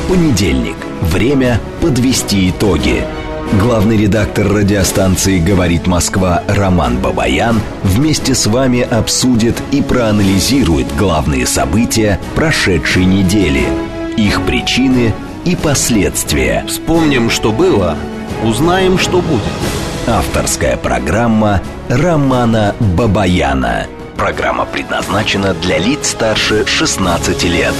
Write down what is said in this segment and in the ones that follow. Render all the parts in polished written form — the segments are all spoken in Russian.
Понедельник. Время подвести итоги. Главный редактор радиостанции «Говорит Москва» Роман Бабаян вместе с вами обсудит и проанализирует главные события прошедшей недели, их причины и последствия. Вспомним, что было, узнаем, что будет. Авторская программа Романа Бабаяна. Программа предназначена для лиц старше 16 лет.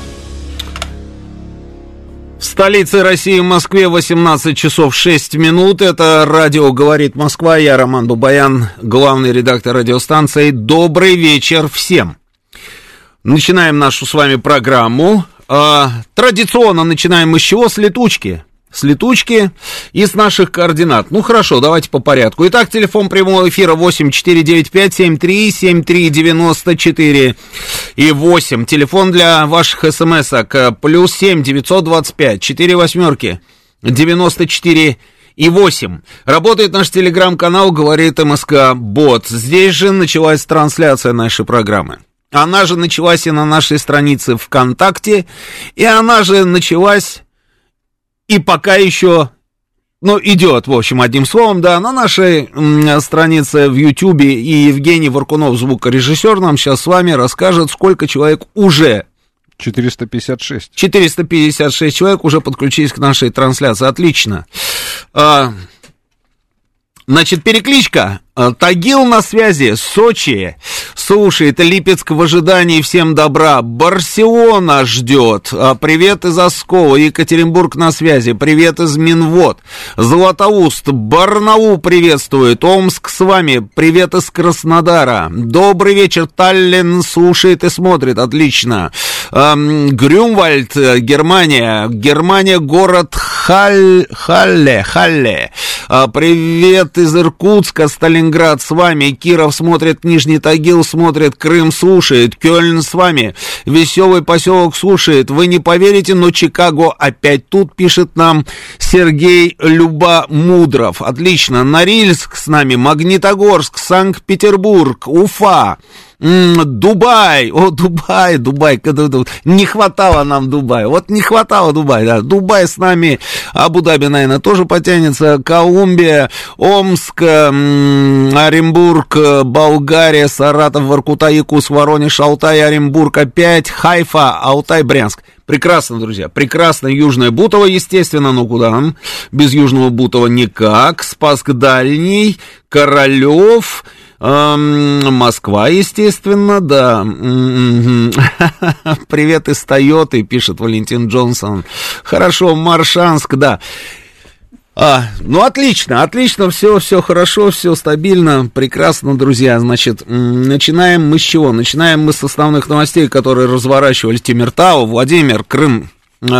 В столице России, в Москве, 18 часов 6 минут. Это радио «Говорит Москва». Я Роман Бабаян, главный редактор радиостанции. Добрый вечер всем. Начинаем нашу с вами программу. Традиционно начинаем мы с чего? С летучки. С летучки и с наших координат. Ну хорошо, давайте по порядку. Итак, телефон прямого эфира 8495-73-73-94 и 8. Телефон для ваших смс-ок +7 925 4 восьмерки 94 и 8. Работает наш телеграм-канал «Говорит МСК Бот». Здесь же началась трансляция нашей программы. Она же началась и на нашей странице ВКонтакте, и она же началась... И пока еще, идет, в общем, одним словом, да, на нашей странице в Ютьюбе, и Евгений Варкунов, звукорежиссер, нам сейчас с вами расскажет, сколько человек уже... 456. 456 человек уже подключились к нашей трансляции, отлично. Значит, перекличка. Тагил на связи, Сочи слушает, Липецк в ожидании, всем добра, Барселона ждет, привет из Оскола, Екатеринбург на связи, привет из Минвод, Златоуст, Барнаул приветствует, Омск с вами, привет из Краснодара, добрый вечер, Таллин слушает и смотрит, отлично, Грюнвальд, Германия, город Халле, привет из Иркутска, Сталинград с вами, Киров смотрит, Нижний Тагил смотрит, Крым слушает, Кёльн с вами, веселый поселок слушает, вы не поверите, но Чикаго опять тут, пишет нам Сергей Любомудров, отлично, Норильск с нами, Магнитогорск, Санкт-Петербург, Уфа, Дубай, Дубай, не хватало нам Дубая, не хватало Дубая, да, Дубай с нами, Абу-Даби, наверное, тоже потянется, Колумбия, Омск, Оренбург, Болгария, Саратов, Воркута, Якутск, Воронеж, Алтай, Оренбург, опять, Хайфа, Алтай, Брянск. Прекрасно, друзья, прекрасно. Южное Бутово, естественно, куда нам? Без Южного Бутова никак. Спасск Дальний, Королев, Москва, естественно, да. Привет из Тойоты, пишет Валентин Джонсон. Хорошо, Маршанск, да. Отлично, все хорошо, все стабильно, прекрасно, друзья. Значит, начинаем мы с чего? Начинаем мы с основных новостей, которые разворачивали Темиртау, Владимир, Крым,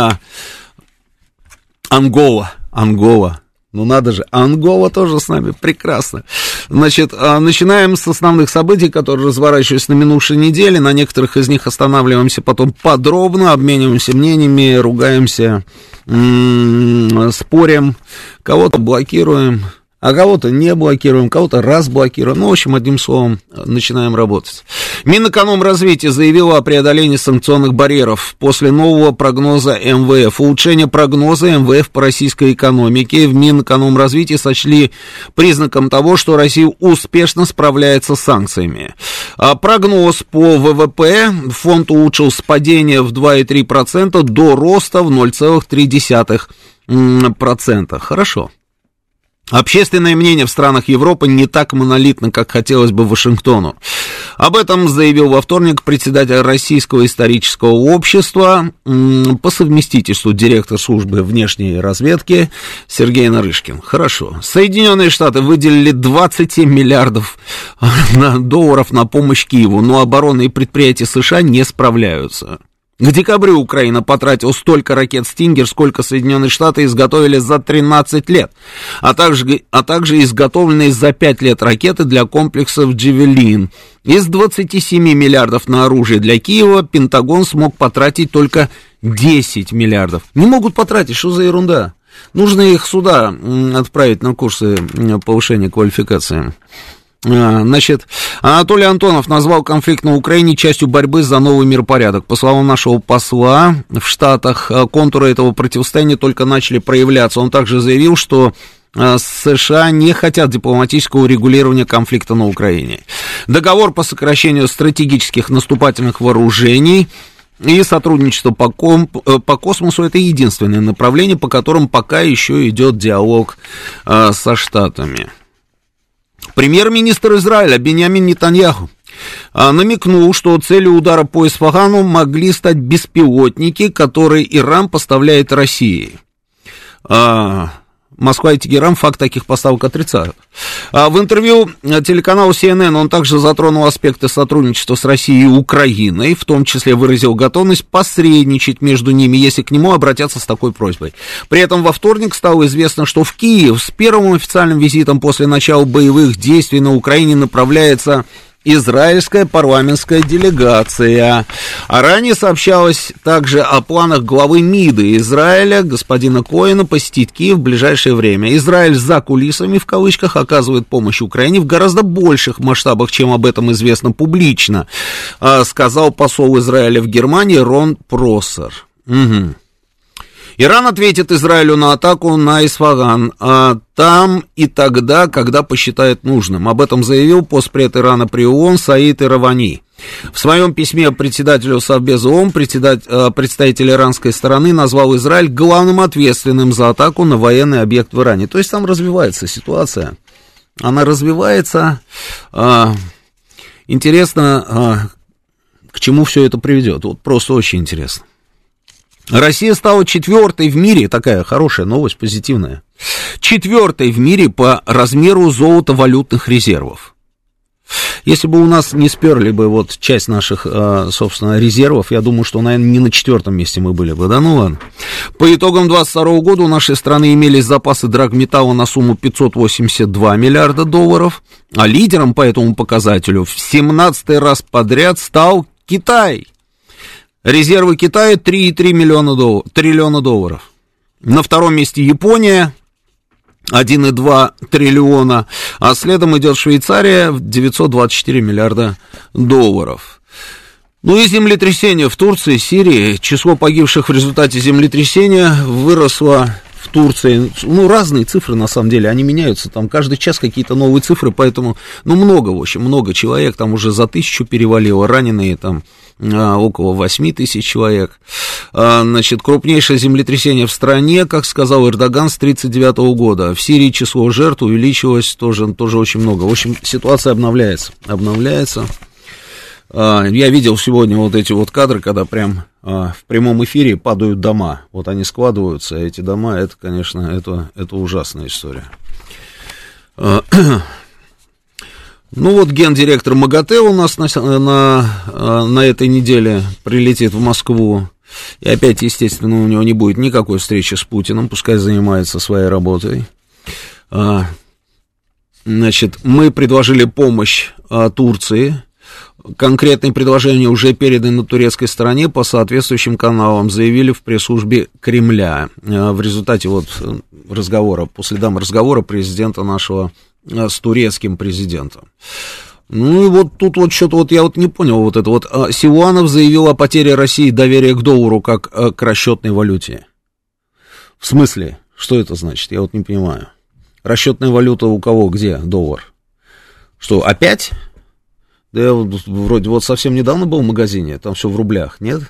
Ангола. Надо же, Ангола тоже с нами, прекрасно. Значит, начинаем с основных событий, которые разворачивались на минувшей неделе. На некоторых из них останавливаемся потом подробно, обмениваемся мнениями, ругаемся, спорим, кого-то блокируем, а кого-то не блокируем, кого-то разблокируем. В общем, одним словом, начинаем работать. Минэкономразвития заявила о преодолении санкционных барьеров после нового прогноза МВФ. Улучшение прогноза МВФ по российской экономике в Минэкономразвитии сочли признаком того, что Россия успешно справляется с санкциями. Прогноз по ВВП фонд улучшил с падения в 2,3% до роста в 0,3%. Хорошо. Общественное мнение в странах Европы не так монолитно, как хотелось бы Вашингтону. Об этом заявил во вторник председатель Российского исторического общества, по совместительству директор службы внешней разведки Сергей Нарышкин. Хорошо. Соединенные Штаты выделили 27 миллиардов долларов на помощь Киеву, но оборонные предприятия США не справляются. К декабрю Украина потратила столько ракет «Стингер», сколько Соединенные Штаты изготовили за 13 лет, а также изготовленные за 5 лет ракеты для комплексов «Джавелин». Из 27 миллиардов на оружие для Киева Пентагон смог потратить только 10 миллиардов. Не могут потратить, что за ерунда? Нужно их сюда отправить на курсы повышения квалификации. Значит, Анатолий Антонов назвал конфликт на Украине частью борьбы за новый миропорядок. По словам нашего посла в Штатах, контуры этого противостояния только начали проявляться. Он также заявил, что США не хотят дипломатического урегулирования конфликта на Украине. Договор по сокращению стратегических наступательных вооружений и сотрудничество по космосу — это единственное направление, по которому пока еще идет диалог со Штатами. Премьер-министр Израиля Биньямин Нетаньяху намекнул, что целью удара по Исфагану могли стать беспилотники, которые Иран поставляет России. Москва и Тегеран факт таких поставок отрицают. В интервью телеканалу CNN он также затронул аспекты сотрудничества с Россией и Украиной, в том числе выразил готовность посредничать между ними, если к нему обратятся с такой просьбой. При этом во вторник стало известно, что в Киев с первым официальным визитом после начала боевых действий на Украине направляется израильская парламентская делегация. А ранее сообщалось также о планах главы МИДа Израиля, господина Коэна, посетить Киев в ближайшее время. Израиль за кулисами, в кавычках, оказывает помощь Украине в гораздо больших масштабах, чем об этом известно публично, сказал посол Израиля в Германии Рон Проссер. Угу. Иран ответит Израилю на атаку на Исфаган там и тогда, когда посчитает нужным. Об этом заявил постпред Ирана при ООН Саид Иравани. В своем письме председателю Совбеза ООН представитель иранской стороны назвал Израиль главным ответственным за атаку на военный объект в Иране. То есть там развивается ситуация. Она развивается. Интересно, к чему все это приведет. Вот просто очень интересно. Россия стала 4-й в мире, такая хорошая новость, позитивная, 4-й в мире по размеру золотовалютных резервов. Если бы у нас не сперли бы вот часть наших, собственно, резервов, я думаю, что, наверное, не на 4-м месте мы были бы, да, ну ладно. По итогам 2022 года у нашей страны имелись запасы драгметалла на сумму $582 миллиарда, а лидером по этому показателю в 17-й раз подряд стал Китай. Резервы Китая $3,3 триллиона. На втором месте Япония 1,2 триллиона, а следом идет Швейцария 924 миллиарда долларов. Ну и землетрясение в Турции, Сирии. Число погибших в результате землетрясения выросло в Турции. Ну, разные цифры, на самом деле, они меняются. Там каждый час какие-то новые цифры, поэтому, ну, много, в общем, много человек. Там уже за 1000 перевалило, раненые там около 8 тысяч человек. Значит, крупнейшее землетрясение в стране, как сказал Эрдоган, с 1939 года. В Сирии число жертв увеличилось тоже очень много. В общем, ситуация обновляется. Я видел сегодня вот эти вот кадры, когда прям в прямом эфире падают дома. Вот они складываются, а эти дома, это, конечно, это ужасная история. Ну вот гендиректор МАГАТЭ у нас на этой неделе прилетит в Москву. И опять, естественно, у него не будет никакой встречи с Путиным, пускай занимается своей работой. Значит, мы предложили помощь Турции. Конкретные предложения уже переданы турецкой стороне по соответствующим каналам, заявили в пресс-службе Кремля. В результате вот разговора, по следам разговора президента нашего с турецким президентом. Ну и вот тут вот что-то вот я вот не понял вот это вот. Силуанов заявил о потере России доверия к доллару как к расчетной валюте. В смысле? Что это значит? Я вот не понимаю. Расчетная валюта у кого? Где доллар? Что, опять? Да я вот, вроде вот совсем недавно был в магазине, там все в рублях, нет?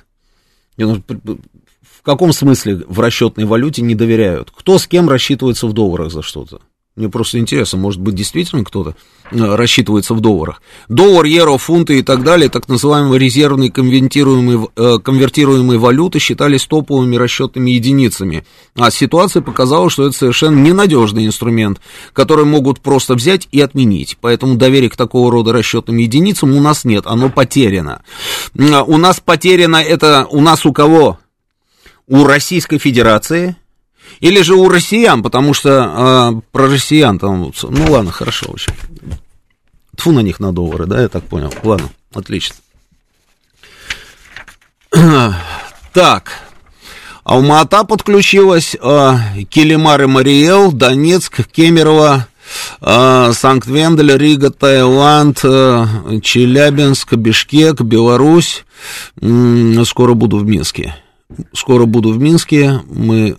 В каком смысле в расчетной валюте не доверяют? Кто с кем рассчитывается в долларах за что-то? Мне просто интересно, может быть, действительно кто-то рассчитывается в долларах. Доллар, евро, фунты и так далее, так называемые резервные конвертируемые валюты считались топовыми расчетными единицами. А ситуация показала, что это совершенно ненадежный инструмент, который могут просто взять и отменить. Поэтому доверия к такого рода расчетным единицам у нас нет, оно потеряно. У нас потеряно это у нас у кого? У Российской Федерации. Или же у россиян, потому что про россиян там, ну ладно, хорошо, в общем. Тьфу на них, на доллары, да, я так понял. Ладно, отлично. Так, Алма-Ата подключилась, Килимар и Мариэл, Донецк, Кемерово, Санкт-Вендель, Рига, Таиланд, Челябинск, Бишкек, Беларусь. Скоро буду в Минске. Мы,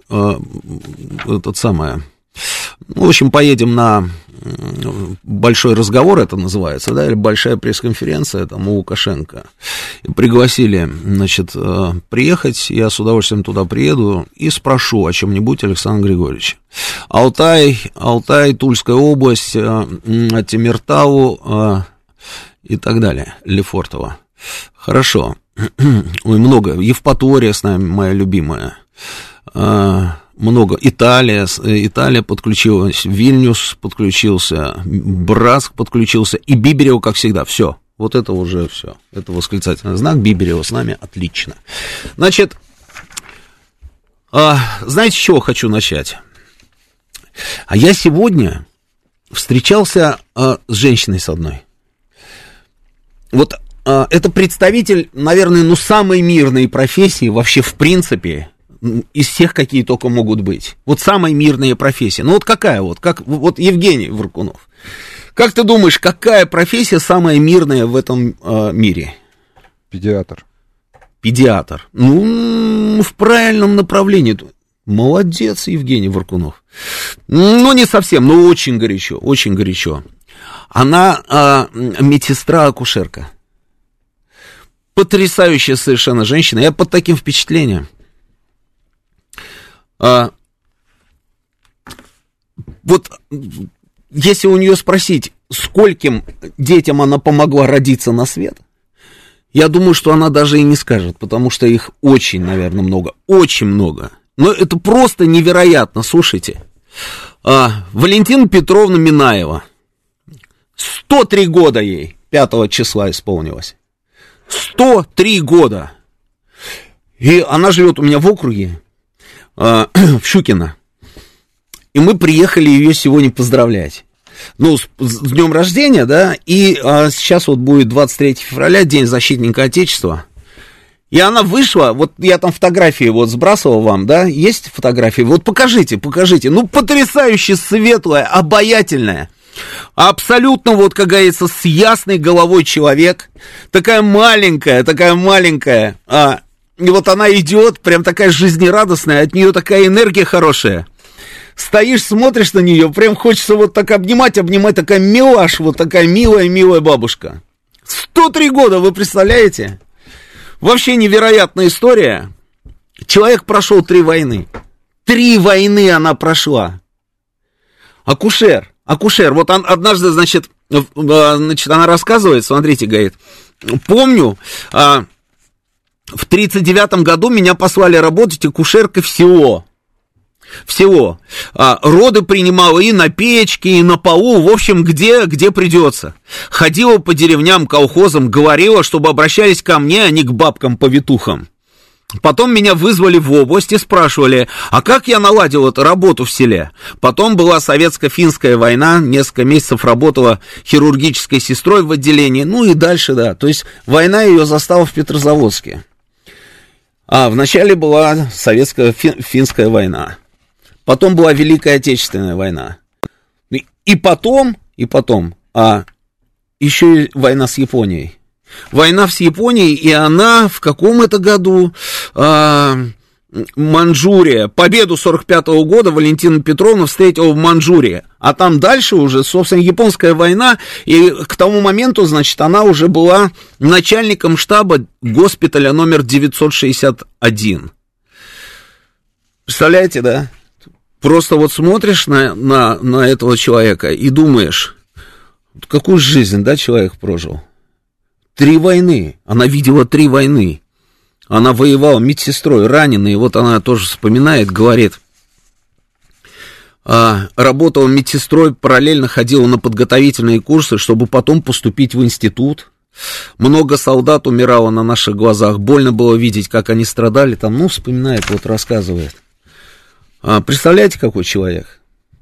в общем, поедем на большой разговор, это называется, да, или большая пресс-конференция там у Лукашенко. Пригласили, значит, приехать, я с удовольствием туда приеду и спрошу о чем-нибудь Александра Григорьевича. Алтай, Тульская область, Темиртау и так далее, Лефортово. Хорошо. Ой, много. Евпатория с нами, моя любимая. Много. Италия подключилась, Вильнюс подключился, Братск подключился, и Биберево, как всегда, все. Вот это уже все. Это восклицательный знак. Биберево с нами, отлично. Значит, знаете, с чего хочу начать? А я сегодня встречался с женщиной с одной. Вот это представитель, наверное, самой мирной профессии вообще в принципе, из всех, какие только могут быть. Вот самая мирная профессия. Ну вот какая вот? Вот Евгений Варкунов. Как ты думаешь, какая профессия самая мирная в этом мире? Педиатр. Ну, в правильном направлении. Молодец, Евгений Варкунов. Ну, не совсем, но очень горячо. Она медсестра-акушерка. Потрясающая совершенно женщина. Я под таким впечатлением. Вот если у нее спросить, скольким детям она помогла родиться на свет, я думаю, что она даже и не скажет, потому что их очень, наверное, много. Очень много. Но это просто невероятно. Слушайте. Валентина Петровна Минаева. 103 года ей 5 числа исполнилось. 103 года. И она живет у меня в округе, в Щукино. И мы приехали ее сегодня поздравлять. Ну, с днем рождения, да, и сейчас вот будет 23 февраля, День защитника Отечества. И она вышла, вот я там фотографии вот сбрасывал вам, да, есть фотографии? Вот покажите. Ну, потрясающе светлая, обаятельная. Абсолютно, вот, как говорится, с ясной головой человек. Такая маленькая. И вот она идет, прям такая жизнерадостная, от нее такая энергия хорошая. Стоишь, смотришь на нее, прям хочется вот так обнимать, такая милаш, вот такая милая бабушка. 103 года, вы представляете? Вообще невероятная история. Человек прошел 3 войны. 3 войны она прошла. Акушер. Вот однажды, значит, она рассказывает, смотрите, говорит, помню, в 1939 году меня послали работать акушеркой в село. Роды принимала и на печке, и на полу, в общем, где придется. Ходила по деревням, колхозам, говорила, чтобы обращались ко мне, а не к бабкам-повитухам. Потом меня вызвали в область и спрашивали, а как я наладил эту работу в селе? Потом была советско-финская война, несколько месяцев работала хирургической сестрой в отделении, ну и дальше, да. То есть война ее застала в Петрозаводске. Вначале была советско-финская война. Потом была Великая Отечественная война. И потом, еще и война с Японией. Война с Японией, и она в каком это году? Манчжурия. Победу 45-го года Валентина Петровна встретила в Манчжурии. А там дальше уже, собственно, японская война, и к тому моменту, значит, она уже была начальником штаба госпиталя номер 961. Представляете, да? Просто вот смотришь на этого человека и думаешь, какую жизнь, да, человек прожил? 3 войны. Она видела 3 войны. Она воевала медсестрой, раненой. Вот она тоже вспоминает, говорит, работала медсестрой, параллельно ходила на подготовительные курсы, чтобы потом поступить в институт. Много солдат умирало на наших глазах. Больно было видеть, как они страдали. Там, ну, вспоминает, вот рассказывает. Представляете, какой человек?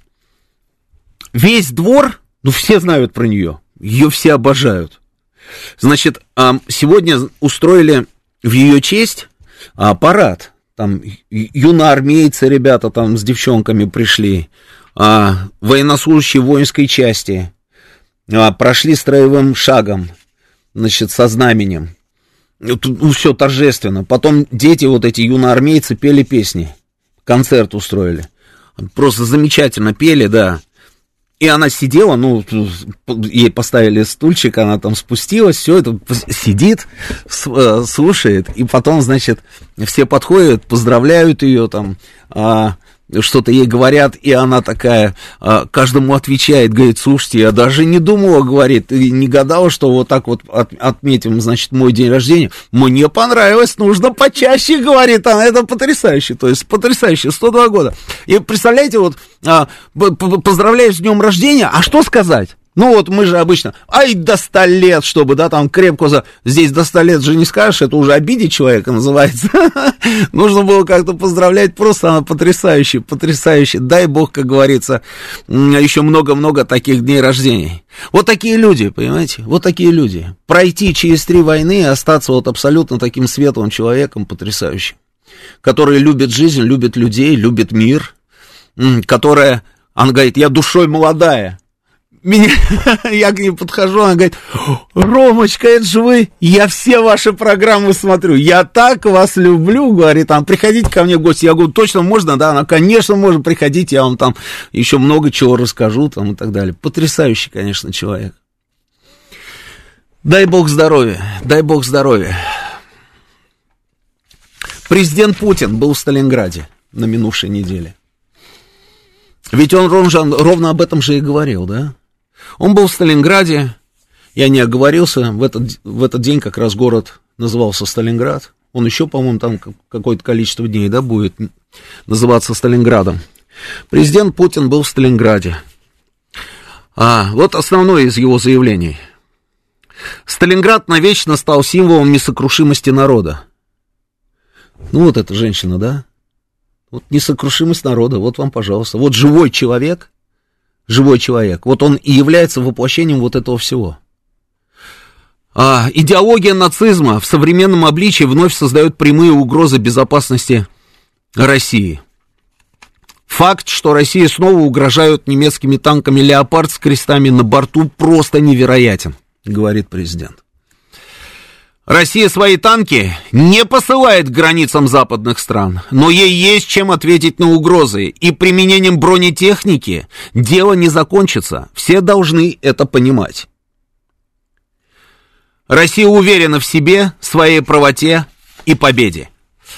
Весь двор, ну, все знают про нее. Ее все обожают. Значит, сегодня устроили в ее честь парад. там юноармейцы, ребята там с девчонками пришли, военнослужащие воинской части, прошли строевым шагом, значит, со знаменем. Ну, все торжественно. Потом дети, вот эти юноармейцы, пели песни, концерт устроили. Просто замечательно пели, да. И она сидела, ну, ей поставили стульчик, она там спустилась, все это сидит, слушает, и потом, значит, все подходят, поздравляют ее там, что-то ей говорят, и она такая, каждому отвечает, говорит, слушайте, я даже не думала, говорит, и не гадала, что вот так вот отметим, значит, мой день рождения. Мне понравилось, нужно почаще, говорит она, это потрясающе, то есть потрясающе, 102 года. И представляете, вот, поздравляю с днем рождения, а что сказать? Ну вот мы же обычно, ай, до 100 лет, чтобы, да, там крепко, здесь до 100 лет же не скажешь, это уже обидеть человека называется. Нужно было как-то поздравлять, просто она потрясающая, потрясающая. Дай бог, как говорится, еще много-много таких дней рождения. Вот такие люди, понимаете, вот такие люди. Пройти через 3 войны и остаться вот абсолютно таким светлым человеком потрясающим, который любит жизнь, любит людей, любит мир, которая, она говорит, я душой молодая. Я к ней подхожу, она говорит, Ромочка, это же вы, я все ваши программы смотрю, я так вас люблю, говорит, там, приходите ко мне в гости. Я говорю, точно можно, да? Она, конечно, можно приходить, я вам там еще много чего расскажу, там, и так далее. Потрясающий, конечно, человек. Дай бог здоровья, дай бог здоровья. Президент Путин был в Сталинграде на минувшей неделе. Ведь он ровно об этом же и говорил, да? Он был в Сталинграде, я не оговорился, в этот день как раз город назывался Сталинград. Он еще, по-моему, там какое-то количество дней, да, будет называться Сталинградом. Президент Путин был в Сталинграде. Вот основное из его заявлений. Сталинград навечно стал символом несокрушимости народа. Ну, вот эта женщина, да? Вот несокрушимость народа, вот вам, пожалуйста. Вот живой человек, вот он и является воплощением вот этого всего. Идеология нацизма в современном обличии вновь создает прямые угрозы безопасности России. Факт, что России снова угрожают немецкими танками «Леопард» с крестами на борту, просто невероятен, говорит президент. Россия свои танки не посылает к границам западных стран, но ей есть чем ответить на угрозы, и применением бронетехники дело не закончится. Все должны это понимать. Россия уверена в себе, своей правоте и победе.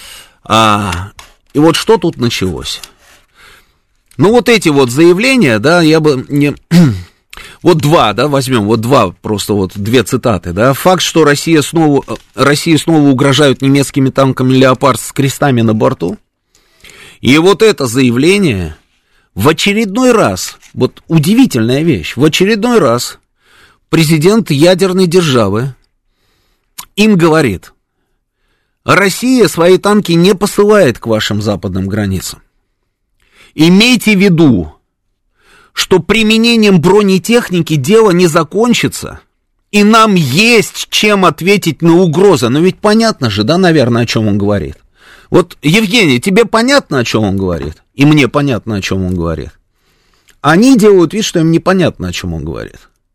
И вот что тут началось? Ну, вот эти вот заявления, да, я бы не... Вот два, да, возьмем, вот два, просто вот 2 цитаты, да. Факт, что России снова угрожают немецкими танками «Леопард» с крестами на борту. И вот это заявление в очередной раз, вот удивительная вещь, в очередной раз президент ядерной державы им говорит, Россия свои танки не посылает к вашим западным границам. Имейте в виду, что применением бронетехники дело не закончится, и нам есть чем ответить на угрозы. Но ведь понятно же, да, наверное, о чем он говорит. Вот, Евгений, тебе понятно, о чем он говорит? И мне понятно, о чем он говорит. Они делают вид, что им непонятно, о чем он говорит.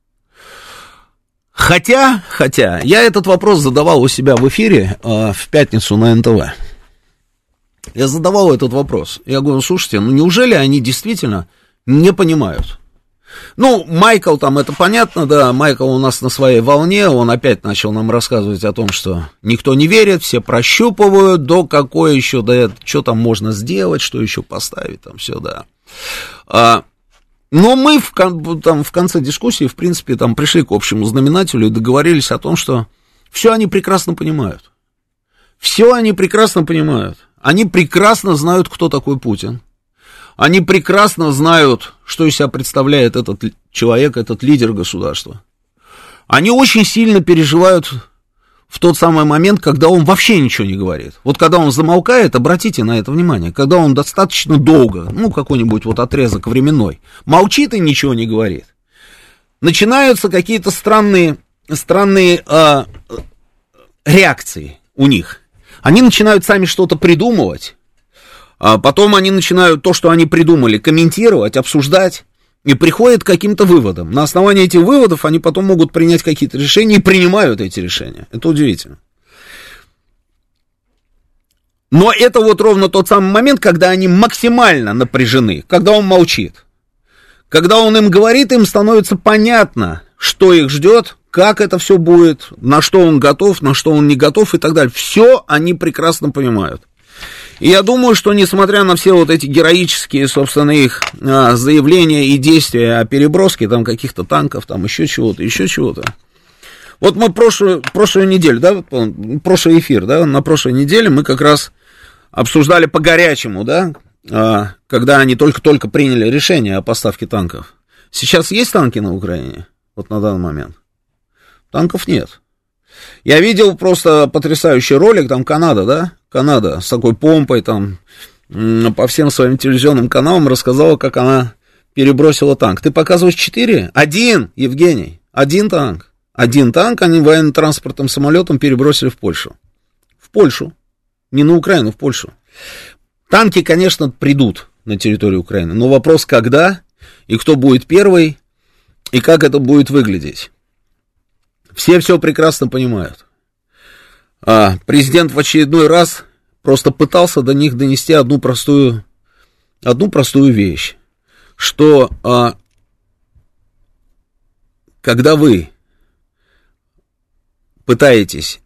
Хотя, я этот вопрос задавал у себя в эфире в пятницу на НТВ. Я задавал этот вопрос. Я говорю, слушайте, ну неужели они действительно не понимают? Ну, Майкл там, это понятно, да, Майкл у нас на своей волне, он опять начал нам рассказывать о том, что никто не верит, все прощупывают, до какой еще, да, что там можно сделать, что еще поставить, там все, да. Но мы в конце дискуссии, в принципе, там пришли к общему знаменателю и договорились о том, что все они прекрасно понимают. Все они прекрасно понимают. Они прекрасно знают, кто такой Путин. Они прекрасно знают, что из себя представляет этот человек, этот лидер государства. Они очень сильно переживают в тот самый момент, когда он вообще ничего не говорит. Вот когда он замолкает, обратите на это внимание, когда он достаточно долго, ну, какой-нибудь вот отрезок временной, молчит и ничего не говорит. Начинаются какие-то странные реакции у них. Они начинают сами что-то придумывать, А потом они начинают то, что они придумали, комментировать, обсуждать, и приходят к каким-то выводам. На основании этих выводов они потом могут принять какие-то решения и принимают эти решения. Это удивительно. Но это вот ровно тот самый момент, когда они максимально напряжены, когда он молчит. Когда он им говорит, им становится понятно, что их ждет, как это все будет, на что он готов, на что он не готов и так далее. Все они прекрасно понимают. И я думаю, что несмотря на все вот эти героические, собственно, их заявления и действия о переброске там каких-то танков, там еще чего-то. Вот мы прошлую неделю, да, прошлый эфир, да, на прошлой неделе мы как раз обсуждали по-горячему, да, когда они только-только приняли решение о поставке танков. Сейчас есть танки на Украине? Вот на данный момент. Танков нет. Я видел просто потрясающий ролик, там Канада, да? Канада с такой помпой, там, по всем своим телевизионным каналам рассказала, как она перебросила танк. Ты показываешь 4? Один, Евгений, один танк. Один танк они военно-транспортным самолетом перебросили в Польшу. В Польшу. Не на Украину, в Польшу. Танки, конечно, придут на территорию Украины, но вопрос, когда и кто будет первый, и как это будет выглядеть. Все прекрасно понимают. Президент в очередной раз просто пытался до них донести одну простую вещь, что когда вы пытаетесь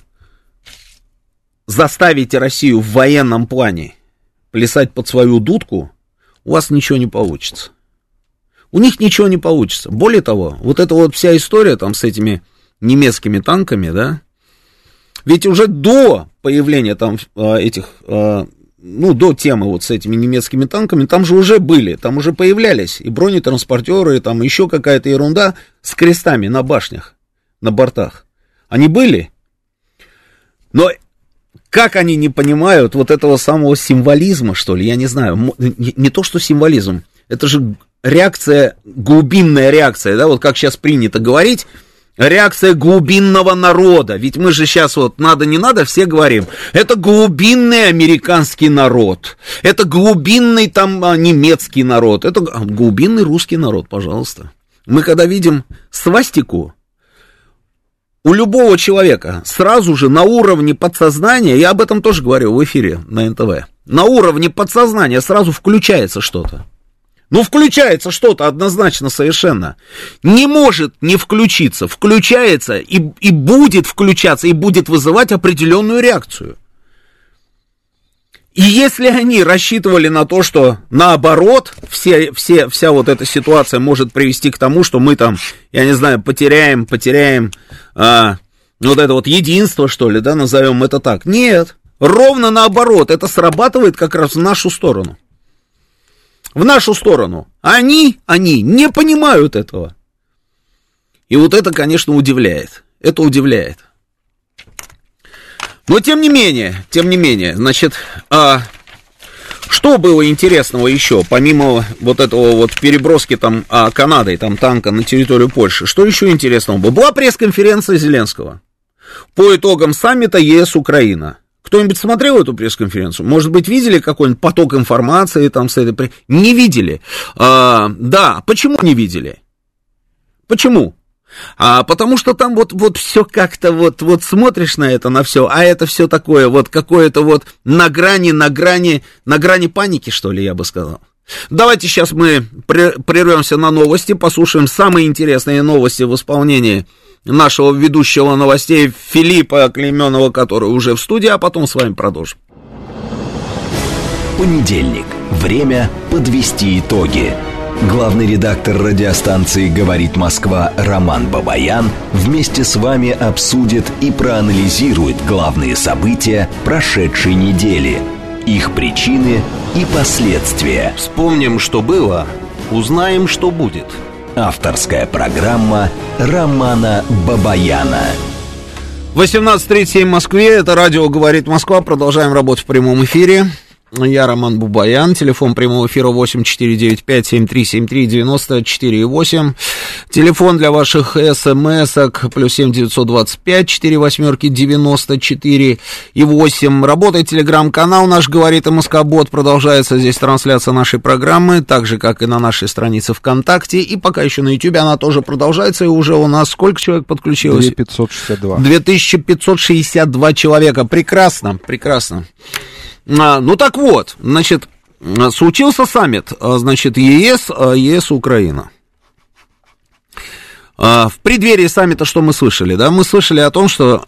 заставить Россию в военном плане плясать под свою дудку, у вас ничего не получится. У них ничего не получится. Более того, вот эта вот вся история там с этими немецкими танками, да, ведь уже до появления там этих, до темы вот с этими немецкими танками, там же уже были, там уже появлялись и бронетранспортеры, и там еще какая-то ерунда с крестами на башнях, на бортах. Они были, но как они не понимают вот этого самого символизма, что ли, я не знаю, не то, что символизм, это же реакция, глубинная реакция, да, вот как сейчас принято говорить, реакция глубинного народа, ведь мы же сейчас вот надо, не надо, все говорим, это глубинный американский народ, это глубинный там немецкий народ, это глубинный русский народ, пожалуйста. Мы когда видим свастику, у любого человека сразу же на уровне подсознания, я об этом тоже говорю в эфире на НТВ, на уровне подсознания сразу включается что-то. Ну, включается что-то однозначно совершенно. Не может не включиться. Включается и будет включаться, и будет вызывать определенную реакцию. И если они рассчитывали на то, что наоборот, вся вот эта ситуация может привести к тому, что мы там, я не знаю, потеряем вот это вот единство, что ли, да, назовем это так. Нет, ровно наоборот, это срабатывает как раз в нашу сторону. В нашу сторону. Они не понимают этого. И вот это, конечно, удивляет. Это удивляет. Но тем не менее, значит, что было интересного еще, помимо вот этого вот переброски там Канадой, там танка на территорию Польши, что еще интересного было? Была пресс-конференция Зеленского по итогам саммита ЕС-Украина. Кто-нибудь смотрел эту пресс-конференцию? Может быть, видели какой-нибудь поток информации там с этой... Не видели. Да, почему не видели? Почему? Потому что там вот все как-то вот смотришь на это, на все, а это все такое вот какое-то вот на грани паники, что ли, я бы сказал. Давайте сейчас мы прервемся на новости, послушаем самые интересные новости в исполнении нашего ведущего новостей Филиппа Клейменова, который уже в студии, а потом с вами продолжим. Понедельник. Время подвести итоги. Главный редактор радиостанции «Говорит Москва» Роман Бабаян вместе с вами обсудит и проанализирует главные события прошедшей недели, их причины и последствия. Вспомним, что было, узнаем, что будет. Авторская программа Романа Бабаяна. 18:37 в Москве, это радио «Говорит Москва», продолжаем работу в прямом эфире. Я Роман Бабаян, телефон прямого эфира 8495-7373-94-8, телефон для ваших смс-ок +7 925 4 работает телеграм-канал наш «Говорит МСК-бот», продолжается здесь трансляция нашей программы, так же, как и на нашей странице ВКонтакте, и пока еще на Ютубе она тоже продолжается, и уже у нас сколько человек подключилось? 2562. 2562 человека, прекрасно. Ну так вот, значит, случился саммит, значит, ЕС Украина. В преддверии саммита что мы слышали, да? Мы слышали о том, что,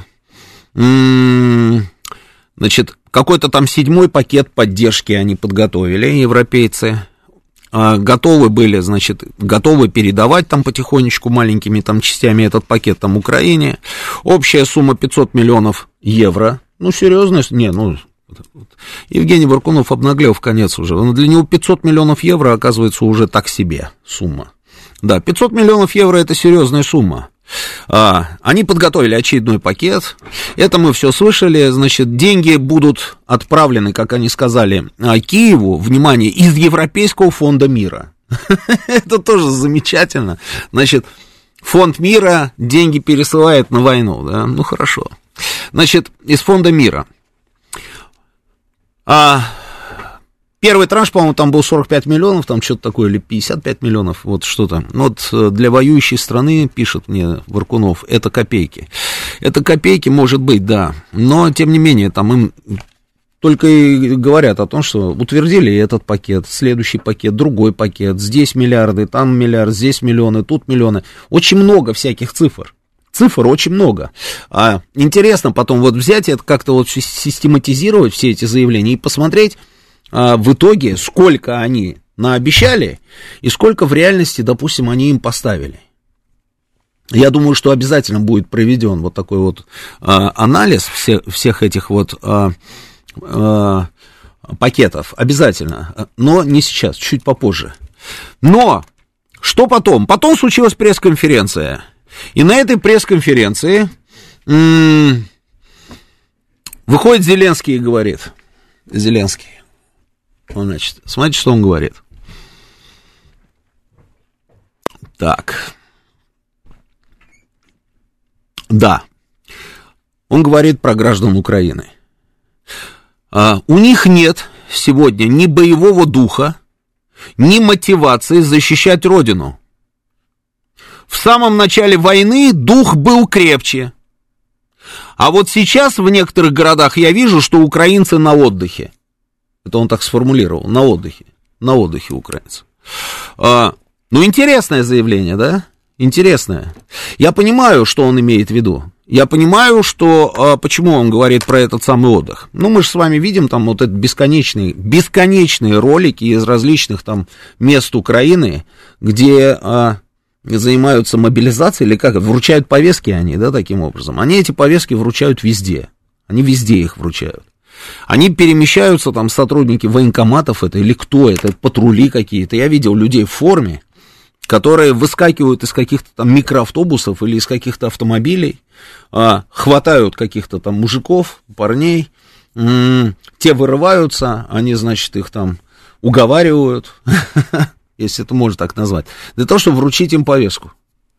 значит, какой-то там 7-й пакет поддержки они подготовили, европейцы. Готовы были, значит, готовы передавать там потихонечку маленькими там частями этот пакет там Украине. Общая сумма 500 миллионов евро. Ну, серьезно? Евгений Варкунов обнаглел в конец уже. Для него 500 миллионов евро, оказывается, уже так себе сумма. Да, 500 миллионов евро — это серьезная сумма. Они подготовили очередной пакет. Это мы все слышали. Значит, деньги будут отправлены, как они сказали, Киеву, внимание, из Европейского фонда мира. Это тоже замечательно. Значит, фонд мира деньги пересылает на войну, да? Ну, хорошо. Значит, из фонда мира. Первый транш, по-моему, там был 45 миллионов, там что-то такое, или 55 миллионов, вот что-то. Вот для воюющей страны, пишет мне Варкунов, это копейки. Это копейки, может быть, да, но, тем не менее, там им только и говорят о том, что утвердили этот пакет, следующий пакет, другой пакет, здесь миллиарды, там миллиард, здесь миллионы, тут миллионы. Очень много всяких цифр. Цифр очень много. Интересно потом вот взять это как-то вот систематизировать, все эти заявления, и посмотреть в итоге, сколько они наобещали и сколько в реальности, допустим, они им поставили. Я думаю, что обязательно будет проведен вот такой вот анализ всех этих вот пакетов. Обязательно. Но не сейчас, чуть попозже. Но что потом? Потом случилась пресс-конференция. И на этой пресс-конференции выходит Зеленский и говорит. Зеленский. Значит, смотрите, что он говорит. Так. Да. Он говорит про граждан Украины. У них нет сегодня ни боевого духа, ни мотивации защищать Родину. В самом начале войны дух был крепче. А вот сейчас в некоторых городах я вижу, что украинцы на отдыхе. Это он так сформулировал, на отдыхе украинцы. Ну, интересное заявление, да? Интересное. Я понимаю, что он имеет в виду. Я понимаю, что, почему он говорит про этот самый отдых. Ну, мы же с вами видим там вот эти бесконечные ролики из различных там мест Украины, где занимаются мобилизацией, или как, вручают повестки они, да, таким образом. Они эти повестки вручают везде. Они везде их вручают. Они перемещаются, там, сотрудники военкоматов это, или кто это, патрули какие-то. Я видел людей в форме, которые выскакивают из каких-то там микроавтобусов или из каких-то автомобилей, хватают каких-то там мужиков, парней, те вырываются, они, значит, их там уговаривают, если это можно так назвать, для того, чтобы вручить им повестку.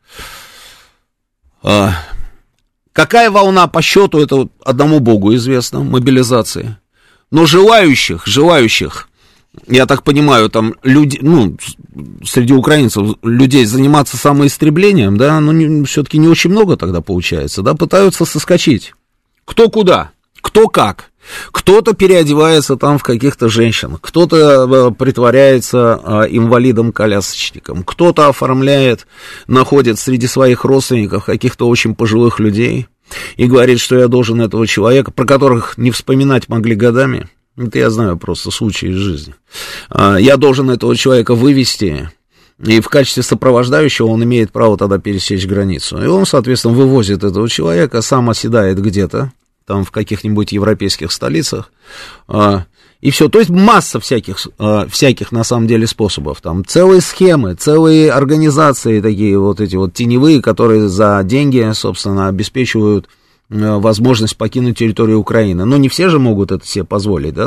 Какая волна по счету, это вот одному богу известно, мобилизации. Но желающих, я так понимаю, там люди, ну, среди украинцев людей заниматься самоистреблением, да, ну, все-таки не очень много тогда получается, да, пытаются соскочить. Кто куда, кто как. Кто-то переодевается там в каких-то женщин, кто-то притворяется инвалидом-колясочником, кто-то оформляет, находит среди своих родственников каких-то очень пожилых людей и говорит, что я должен этого человека, про которых не вспоминать могли годами, это я знаю просто случаи из жизни, я должен этого человека вывести, и в качестве сопровождающего он имеет право тогда пересечь границу. И он, соответственно, вывозит этого человека, сам оседает где-то, там в каких-нибудь европейских столицах, и все. То есть масса всяких на самом деле способов. Там целые схемы, целые организации такие вот эти вот теневые, которые за деньги, собственно, обеспечивают возможность покинуть территорию Украины. Но не все же могут это себе позволить, да, там.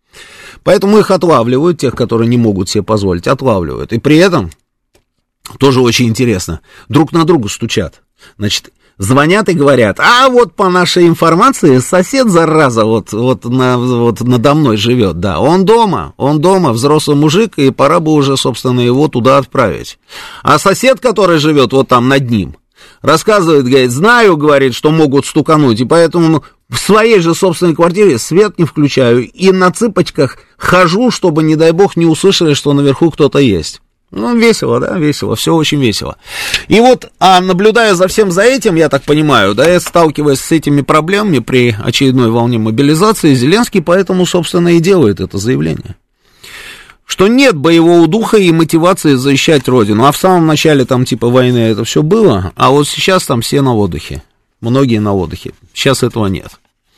Поэтому их отлавливают, тех, которые не могут себе позволить, отлавливают. И при этом, тоже очень интересно, друг на друга стучат. Значит, звонят и говорят, а вот по нашей информации сосед, зараза, вот надо мной живет, да, он дома, взрослый мужик, и пора бы уже, собственно, его туда отправить. А сосед, который живет вот там над ним, рассказывает, говорит, знаю, говорит, что могут стукануть, и поэтому в своей же собственной квартире свет не включаю и на цыпочках хожу, чтобы, не дай бог, не услышали, что наверху кто-то есть. Ну, весело, да, весело, все очень весело. И вот, наблюдая за всем за этим, я так понимаю, да, я сталкиваюсь с этими проблемами при очередной волне мобилизации, Зеленский поэтому, собственно, и делает это заявление. Что нет боевого духа и мотивации защищать родину. А в самом начале там типа войны это все было, а вот сейчас там все на отдыхе. Многие на отдыхе. Сейчас этого нет.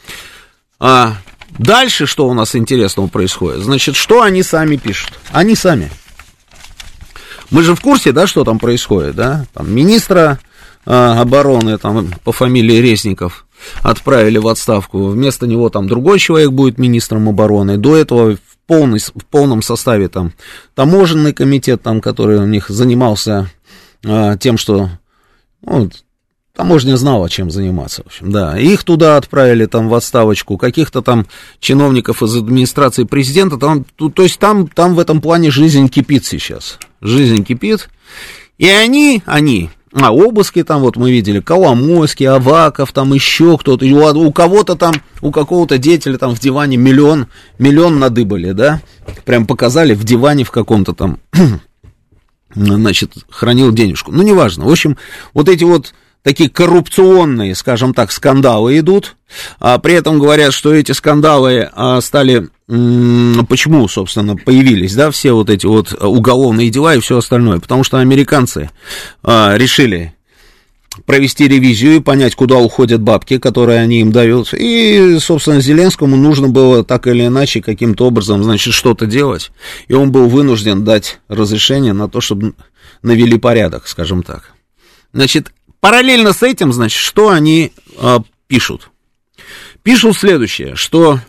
Дальше что у нас интересного происходит? Значит, что они сами пишут? Они сами. Мы же в курсе, да, что там происходит, да? Там министра обороны там, по фамилии Резников отправили в отставку. Вместо него там другой человек будет министром обороны. До этого в полном составе там таможенный комитет, там, который у них занимался тем, что таможня знала, чем заниматься, в общем, да. Их туда отправили там в отставочку, каких-то там чиновников из администрации президента, там, то есть там в этом плане жизнь кипит сейчас. Жизнь кипит. И они, обыски там, вот мы видели, Коломойский, Аваков, там еще кто-то, у кого-то там, у какого-то деятеля там в диване миллион надыбали, да, прям показали в диване в каком-то там, значит, хранил денежку, ну, неважно, в общем, вот эти вот такие коррупционные, скажем так, скандалы идут, а при этом говорят, что эти скандалы стали, почему, собственно, появились, да, все вот эти вот уголовные дела и все остальное, потому что американцы решили провести ревизию и понять, куда уходят бабки, которые они им дают, и, собственно, Зеленскому нужно было так или иначе каким-то образом, значит, что-то делать, и он был вынужден дать разрешение на то, чтобы навели порядок, скажем так. Значит, параллельно с этим, значит, что они пишут? Пишут следующее, что,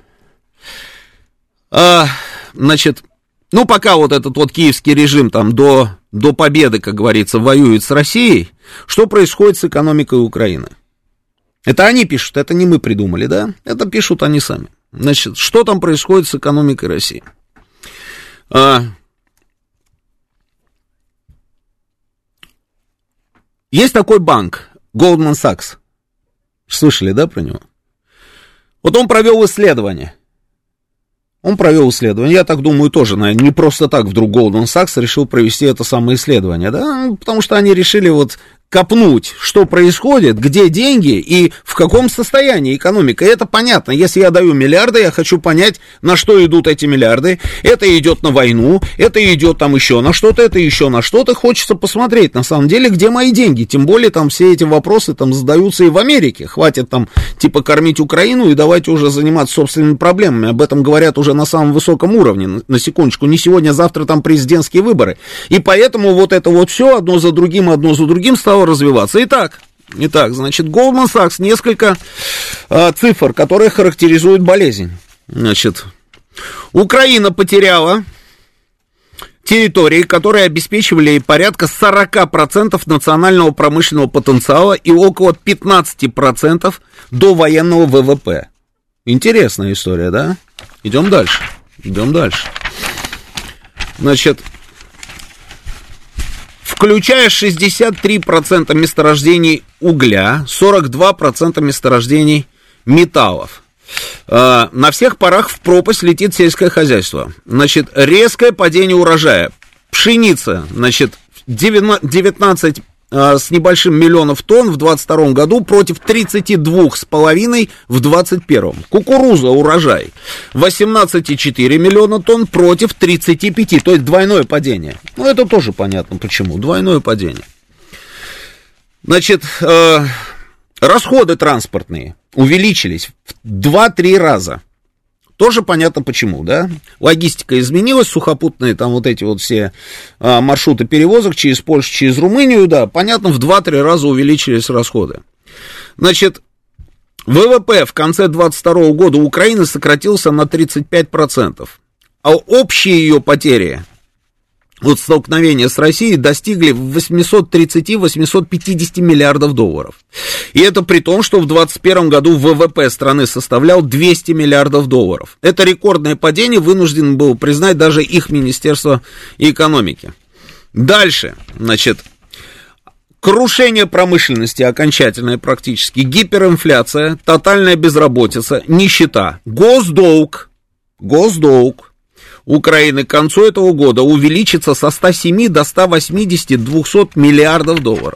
значит, ну, пока вот этот вот киевский режим там до победы, как говорится, воюет с Россией, что происходит с экономикой Украины? Это они пишут, это не мы придумали, да? Это пишут они сами. Значит, что там происходит с экономикой России? Есть такой банк, Goldman Sachs. Слышали, да, про него? Вот он провел исследование. Я так думаю, тоже, наверное, не просто так вдруг Goldman Sachs решил провести это самое исследование, да, потому что они решили вот копнуть, что происходит, где деньги и в каком состоянии экономика. И это понятно, если я даю миллиарды, я хочу понять, на что идут эти миллиарды. Это идет на войну, это идет там еще на что-то, это еще на что-то. Хочется посмотреть, на самом деле, где мои деньги. Тем более, там все эти вопросы там задаются и в Америке. Хватит там, типа, кормить Украину и давайте уже заниматься собственными проблемами. Об этом говорят уже на самом высоком уровне. На секундочку, не сегодня, а завтра там президентские выборы. И поэтому вот это вот все одно за другим стало развиваться. Итак, значит, Goldman Sachs, несколько цифр, которые характеризуют болезнь. Значит, Украина потеряла территории, которые обеспечивали порядка 40% национального промышленного потенциала и около 15% до военного ВВП. Интересная история, да? Идем дальше. Значит, включая 63% месторождений угля, 42% месторождений металлов. На всех парах в пропасть летит сельское хозяйство. Значит, резкое падение урожая. Пшеница, значит, 19 с небольшим миллионов тонн в 2022 году против 32,5 в 2021. Кукуруза урожай 18,4 миллиона тонн против 35, то есть двойное падение. Ну, это тоже понятно почему, двойное падение. Значит, расходы транспортные увеличились в 2-3 раза. Тоже понятно почему, да? Логистика изменилась, сухопутные там вот эти вот все маршруты перевозок через Польшу, через Румынию, да, понятно, в 2-3 раза увеличились расходы. Значит, ВВП в конце 2022 года Украины сократился на 35%, а общие ее потери от столкновения с Россией достигли 830-850 миллиардов долларов. И это при том, что в 2021 году ВВП страны составлял 200 миллиардов долларов. Это рекордное падение вынужден был признать даже их Министерство экономики. Дальше, значит, крушение промышленности окончательное практически, гиперинфляция, тотальная безработица, нищета, госдолг Украины к концу этого года увеличится со 107 до 180, 200 миллиардов долларов.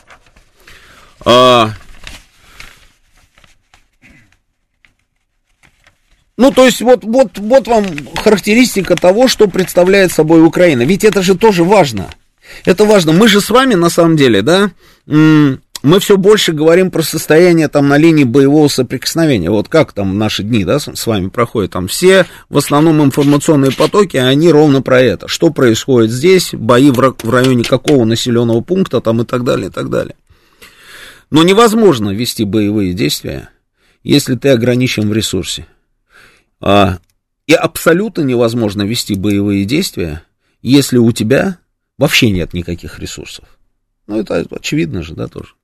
Ну, то есть, вот вам характеристика того, что представляет собой Украина. Ведь это же тоже важно. Это важно. Мы же с вами, на самом деле, да, мы все больше говорим про состояние там на линии боевого соприкосновения. Вот как там наши дни, да, с вами проходят. Там все, в основном, информационные потоки, они ровно про это. Что происходит здесь, бои в районе какого населенного пункта, там и так далее, и так далее. Но невозможно вести боевые действия, если ты ограничен в ресурсе. И абсолютно невозможно вести боевые действия, если у тебя вообще нет никаких ресурсов. Ну, это очевидно же, да, тоже.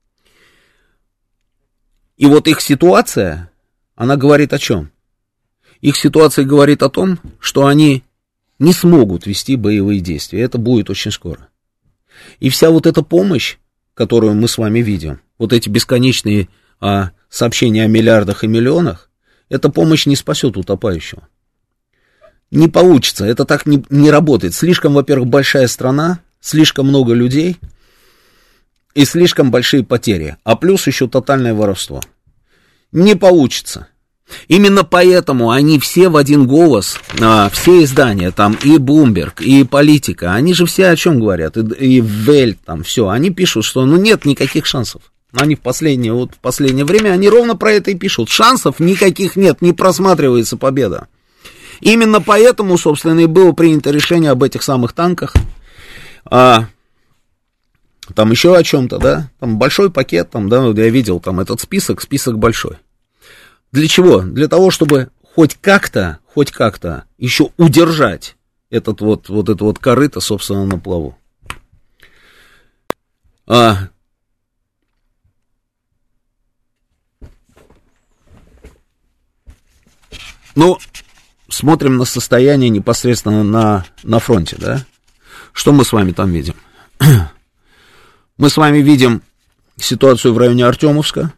И вот их ситуация, она говорит о чем? Их ситуация говорит о том, что они не смогут вести боевые действия. Это будет очень скоро. И вся вот эта помощь, которую мы с вами видим, вот эти бесконечные сообщения о миллиардах и миллионах, эта помощь не спасет утопающего. Не получится, это так не работает. Слишком, во-первых, большая страна, слишком много людей и слишком большие потери, а плюс еще тотальное воровство. Не получится. Именно поэтому они все в один голос, все издания, там и Bloomberg, и Политика, они же все о чем говорят, и Вельт, там все, они пишут, что ну нет никаких шансов. Они в последнее время, они ровно про это и пишут. Шансов никаких нет, не просматривается победа. Именно поэтому, собственно, и было принято решение об этих самых танках. Там еще о чем-то, да, там большой пакет, там, да, я видел там этот список большой. Для чего? Для того, чтобы хоть как-то еще удержать это вот корыто, собственно, на плаву. Ну, смотрим на состояние непосредственно на фронте, да? Что мы с вами там видим? Мы с вами видим ситуацию в районе Артемовска.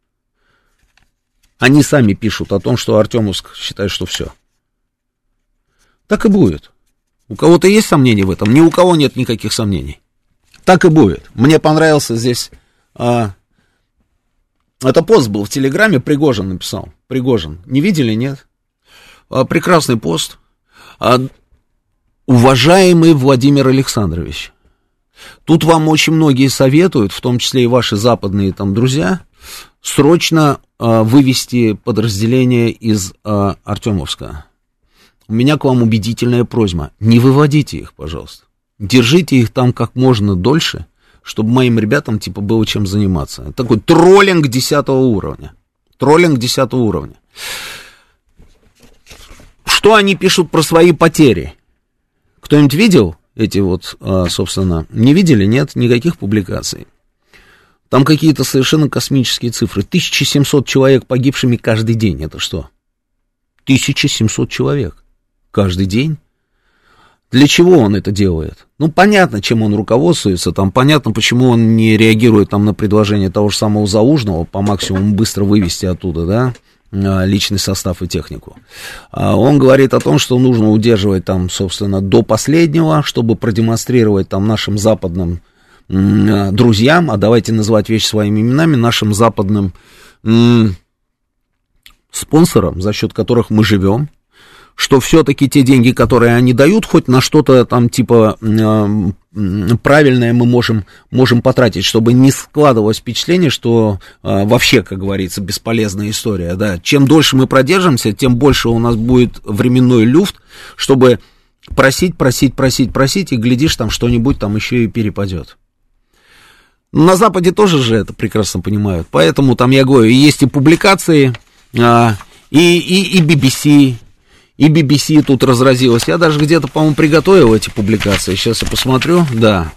Они сами пишут о том, что Артемовск считает, что все. Так и будет. У кого-то есть сомнения в этом? Ни у кого нет никаких сомнений. Так и будет. Мне понравился здесь... Это пост был в Телеграме, Пригожин написал. Пригожин. Не видели, нет? Прекрасный пост. Уважаемый Владимир Александрович, тут вам очень многие советуют, в том числе и ваши западные там друзья, срочно вывести подразделение из Артемовска. У меня к вам убедительная просьба. Не выводите их, пожалуйста. Держите их там как можно дольше, чтобы моим ребятам типа было чем заниматься. Такой троллинг 10 уровня. Троллинг 10 уровня. Что они пишут про свои потери? Кто-нибудь видел эти вот, собственно, не видели? Нет, никаких публикаций. Там какие-то совершенно космические цифры. 1700 человек погибшими каждый день. Это что? 1700 человек каждый день. Для чего он это делает? Ну, понятно, чем он руководствуется. Там понятно, почему он не реагирует там на предложение того же самого Залужного по максимуму быстро вывести оттуда, да, личный состав и технику. Он говорит о том, что нужно удерживать там, собственно, до последнего, чтобы продемонстрировать там нашим западным друзьям, а давайте называть вещи своими именами, нашим западным спонсорам, за счет которых мы живем, что все-таки те деньги, которые они дают, хоть на что-то там типа правильное мы можем потратить, чтобы не складывалось впечатление, что вообще, как говорится, бесполезная история, да. Чем дольше мы продержимся, тем больше у нас будет временной люфт, чтобы просить, и глядишь, там что-нибудь там еще и перепадет. На Западе тоже же это прекрасно понимают. Поэтому там, я говорю, есть и публикации, и BBC, и BBC тут разразилась. Я даже где-то, по-моему, приготовил эти публикации. Сейчас я посмотрю, да.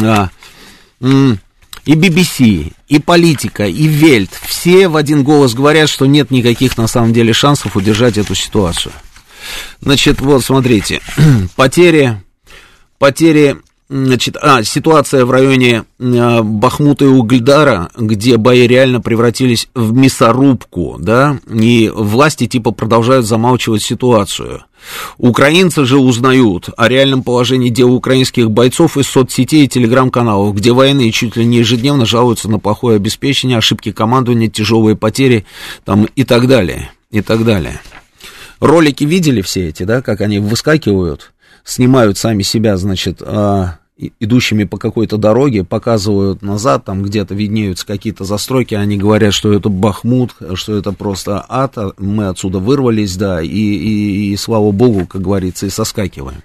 И BBC, и Политика, и Вельт, все в один голос говорят, что нет никаких, на самом деле, шансов удержать эту ситуацию. Значит, вот, смотрите, потери, значит, ситуация в районе Бахмута и Угледара, где бои реально превратились в мясорубку, да, и власти типа продолжают замалчивать ситуацию. Украинцы же узнают о реальном положении дел украинских бойцов из соцсетей и телеграм-каналов, где военные чуть ли не ежедневно жалуются на плохое обеспечение, ошибки командования, тяжелые потери там, и так далее, и так далее. Ролики видели все эти, да, как они выскакивают, снимают сами себя, значит, идущими по какой-то дороге, показывают назад, там где-то виднеются какие-то застройки, они говорят, что это Бахмут, что это просто ад, мы отсюда вырвались, да, и слава богу, как говорится, и соскакиваем.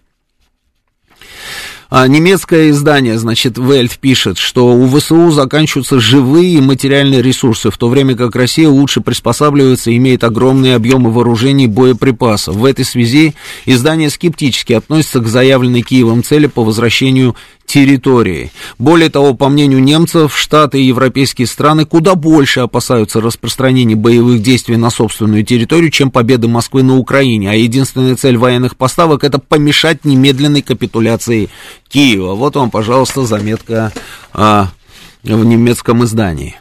Немецкое издание, значит, Welt пишет, что у ВСУ заканчиваются живые и материальные ресурсы, в то время как Россия лучше приспосабливается и имеет огромные объемы вооружений и боеприпасов. В этой связи издание скептически относится к заявленной Киевом цели по возвращению территории. Более того, по мнению немцев, Штаты и европейские страны куда больше опасаются распространения боевых действий на собственную территорию, чем победы Москвы на Украине, а единственная цель военных поставок — это помешать немедленной капитуляции Киева. Вот вам, пожалуйста, заметка в немецком издании.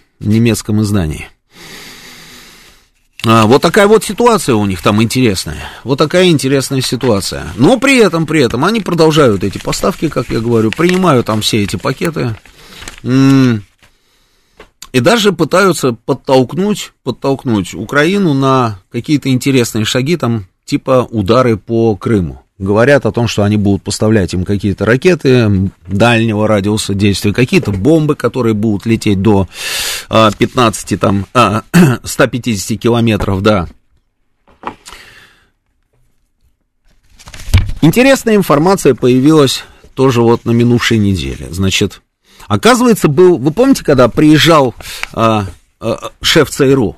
Вот такая вот ситуация у них там интересная. Вот такая интересная ситуация. Но при этом они продолжают эти поставки, как я говорю, принимают там все эти пакеты. И даже пытаются подтолкнуть Украину на какие-то интересные шаги, там, типа удары по Крыму. Говорят о том, что они будут поставлять им какие-то ракеты дальнего радиуса действия, какие-то бомбы, которые будут лететь до 150 километров, да. Интересная информация появилась тоже вот на минувшей неделе. Значит, оказывается, вы помните, когда приезжал шеф ЦРУ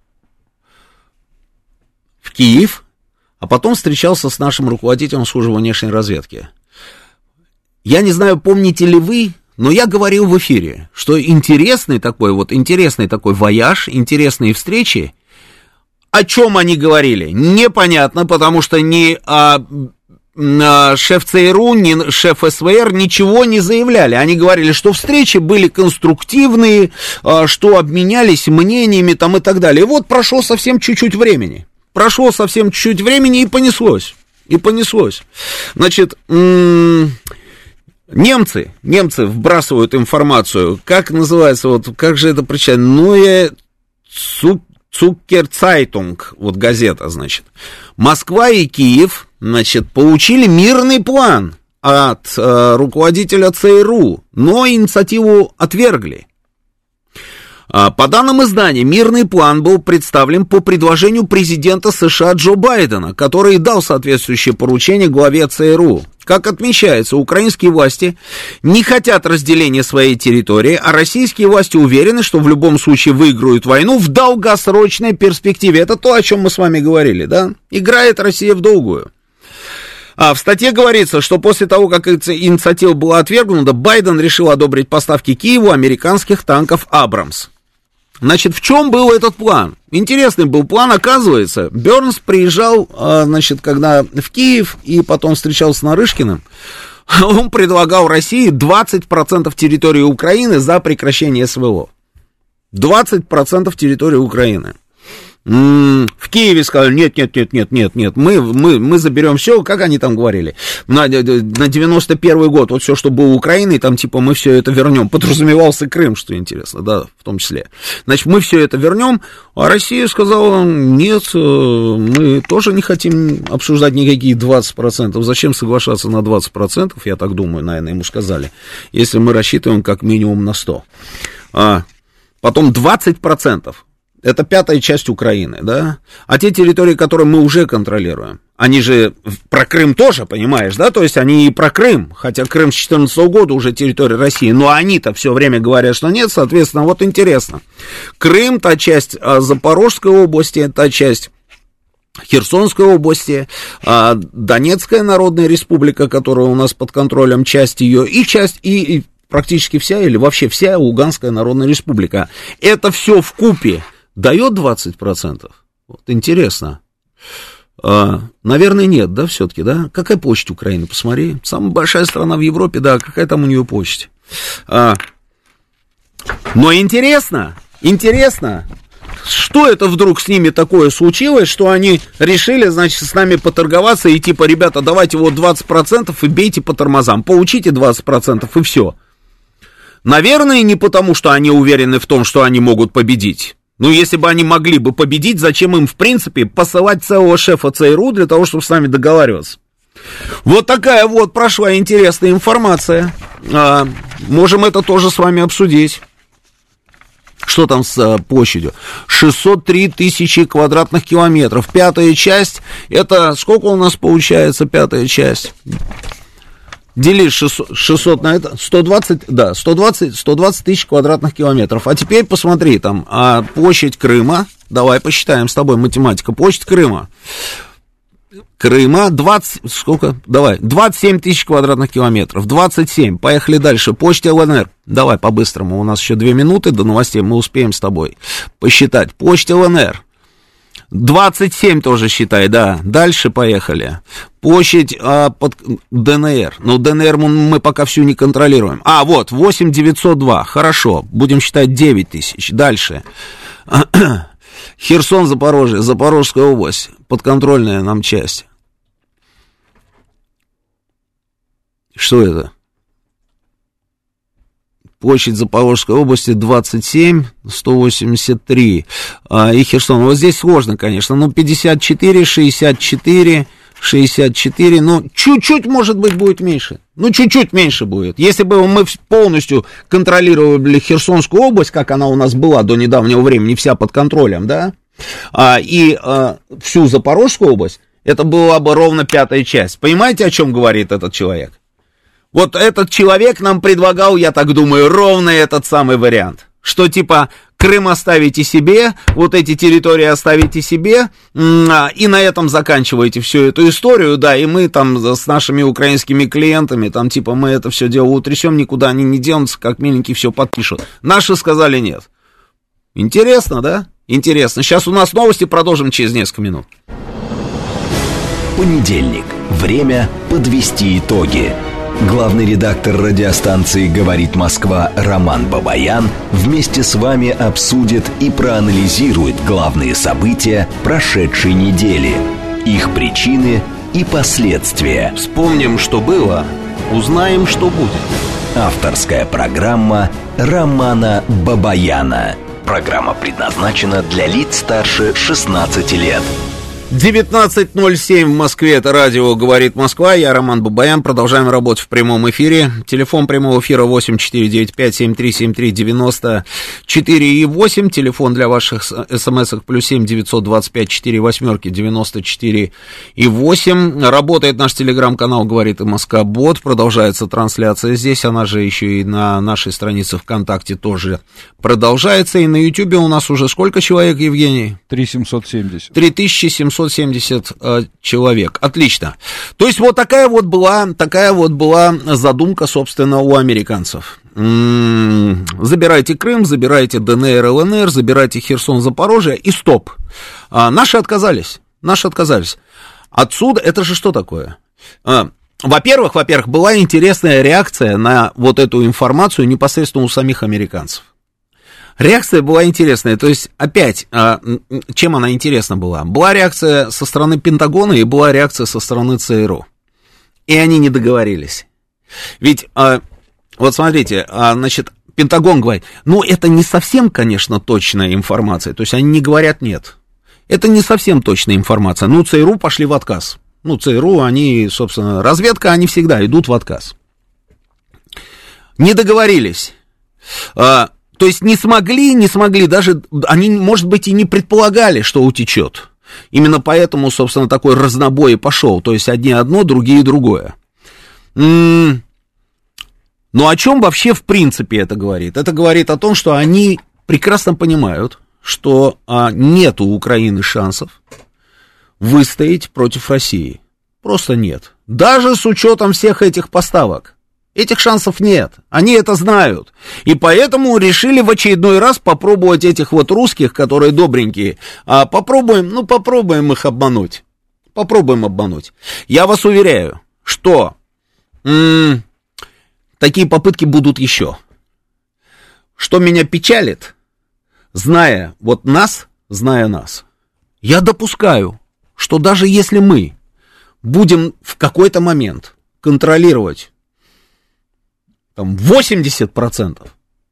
в Киев, а потом встречался с нашим руководителем службы внешней разведки. Я не знаю, помните ли вы, но я говорил в эфире, что интересный такой вояж, интересные встречи. О чем они говорили? Непонятно, потому что ни шеф ЦРУ, ни шеф СВР ничего не заявляли. Они говорили, что встречи были конструктивные, что обменялись мнениями там и так далее. И вот прошло совсем чуть-чуть времени. И понеслось. Значит, немцы вбрасывают информацию, как называется, вот, как же это прочитать, Neue Zuckerzeitung, вот газета, значит. Москва и Киев, значит, получили мирный план от руководителя ЦРУ, но инициативу отвергли. По данным издания, мирный план был представлен по предложению президента США Джо Байдена, который дал соответствующее поручение главе ЦРУ. Как отмечается, украинские власти не хотят разделения своей территории, а российские власти уверены, что в любом случае выиграют войну в долгосрочной перспективе. Это то, о чем мы с вами говорили, да? Играет Россия в долгую. В статье говорится, что после того, как инициатива была отвергнута, Байден решил одобрить поставки Киеву американских танков «Абрамс». Значит, в чем был этот план? Интересный был план, оказывается. Бернс приезжал, значит, когда в Киев и потом встречался с Нарышкиным. Он предлагал России 20% территории Украины за прекращение СВО. 20% территории Украины. В Киеве сказали, нет, мы заберем все, как они там говорили, на 91-й год, вот все, что было Украиной, там типа мы все это вернем, подразумевался Крым, что интересно, да, в том числе, значит, мы все это вернем, а Россия сказала, нет, мы тоже не хотим обсуждать никакие 20%, зачем соглашаться на 20%, я так думаю, наверное, ему сказали, если мы рассчитываем как минимум на 100%, потом 20%. это 5-я часть Украины, да? А те территории, которые мы уже контролируем, они же про Крым тоже, понимаешь, да? То есть они и про Крым, хотя Крым с 2014 года уже территория России, но они-то все время говорят, что нет, соответственно, вот интересно. Крым, та часть Запорожской области, та часть Херсонской области, Донецкая Народная Республика, которая у нас под контролем, часть ее, и практически вся, или вообще вся Луганская Народная Республика. Это все вкупе дает 20%? Вот интересно. Наверное, нет, да, все-таки, да? Какая площадь Украины, посмотри. Самая большая страна в Европе, да, какая там у нее площадь. Но интересно, что это вдруг с ними такое случилось, что они решили, значит, с нами поторговаться и типа, ребята, давайте вот 20% и бейте по тормозам, получите 20% и все. Наверное, не потому, что они уверены в том, что они могут победить. Ну, если бы они могли бы победить, зачем им, в принципе, посылать целого шефа ЦРУ для того, чтобы с нами договариваться? Вот такая вот прошла интересная информация. Можем это тоже с вами обсудить. Что там с площадью? 603 тысячи квадратных километров. 5-я часть, это сколько у нас получается 5-я часть? Делишь 600 на это, 120 тысяч квадратных километров. А теперь посмотри, там, площадь Крыма, давай посчитаем с тобой, математика, площадь Крыма, 27 тысяч квадратных километров, 27, поехали дальше, площадь ЛНР, давай по-быстрому, у нас еще 2 минуты до новостей, мы успеем с тобой посчитать, площадь ЛНР, 27 тоже считай, да. Дальше поехали. Площадь под ДНР. Ну, ДНР мы пока всю не контролируем. Вот, 8902. Хорошо. Будем считать 9 тысяч. Dальше. Херсон, Запорожье. Запорожская область. Подконтрольная нам часть. Что это? Площадь Запорожской области 27, 183, и Херсон. Вот здесь сложно, конечно, 54, 64, 64, чуть-чуть, может быть, будет меньше. Чуть-чуть меньше будет. Если бы мы полностью контролировали Херсонскую область, как она у нас была до недавнего времени, вся под контролем, да, и всю Запорожскую область, это была бы ровно 5-я часть. Понимаете, о чем говорит этот человек? Вот этот человек нам предлагал, я так думаю, ровно этот самый вариант. Что типа Крым оставите себе, вот эти территории оставите себе, и на этом заканчиваете всю эту историю, да, и мы там с нашими украинскими клиентами, там типа мы это все дело утрясем, никуда они не денутся, как миленькие все подпишут. Наши сказали нет. Интересно, да? Интересно. Сейчас у нас новости, продолжим через несколько минут. Понедельник. Время подвести итоги. Главный редактор радиостанции «Говорит Москва» Роман Бабаян вместе с вами обсудит и проанализирует главные события прошедшей недели, их причины и последствия. Вспомним, что было, узнаем, что будет. Авторская программа Романа Бабаяна. Программа предназначена для лиц старше 16 лет. 19:07 в Москве, это радио «Говорит Москва», я Роман Бабаян, продолжаем работать в прямом эфире, телефон прямого эфира 8495-7373-94,8, телефон для ваших смс-ок +7 925 48 94,8, работает наш телеграм-канал «Говорит Москва Бот», продолжается трансляция здесь, она же еще и на нашей странице ВКонтакте тоже продолжается, и на Ютубе у нас уже сколько человек, Евгений? 3770. 3770 человек. Отлично. То есть вот такая вот была задумка, собственно, у американцев. Забирайте Крым, забирайте ДНР, ЛНР, забирайте Херсон, Запорожье и стоп. Наши отказались. Отсюда, это же что такое? Во-первых, была интересная реакция на вот эту информацию непосредственно у самих американцев. Реакция была интересная, то есть, опять, чем она интересна была? Была реакция со стороны Пентагона и была реакция со стороны ЦРУ. И они не договорились. Ведь, вот смотрите, значит, Пентагон говорит, это не совсем, конечно, точная информация, то есть они не говорят нет. Это не совсем точная информация, ЦРУ пошли в отказ. ЦРУ, они, собственно, разведка, они всегда идут в отказ. Не договорились. То есть не смогли, даже они, может быть, и не предполагали, что утечет. Именно поэтому, собственно, такой разнобой и пошел. То есть одни одно, другие другое. Но о чем вообще в принципе это говорит? Это говорит о том, что они прекрасно понимают, что нет у Украины шансов выстоять против России. Просто нет. Даже с учетом всех этих поставок. Этих шансов нет, они это знают, и поэтому решили в очередной раз попробовать этих вот русских, которые добренькие, попробуем их обмануть, Я вас уверяю, что такие попытки будут еще. Что меня печалит, зная нас, я допускаю, что даже если мы будем в какой-то момент контролировать 80%.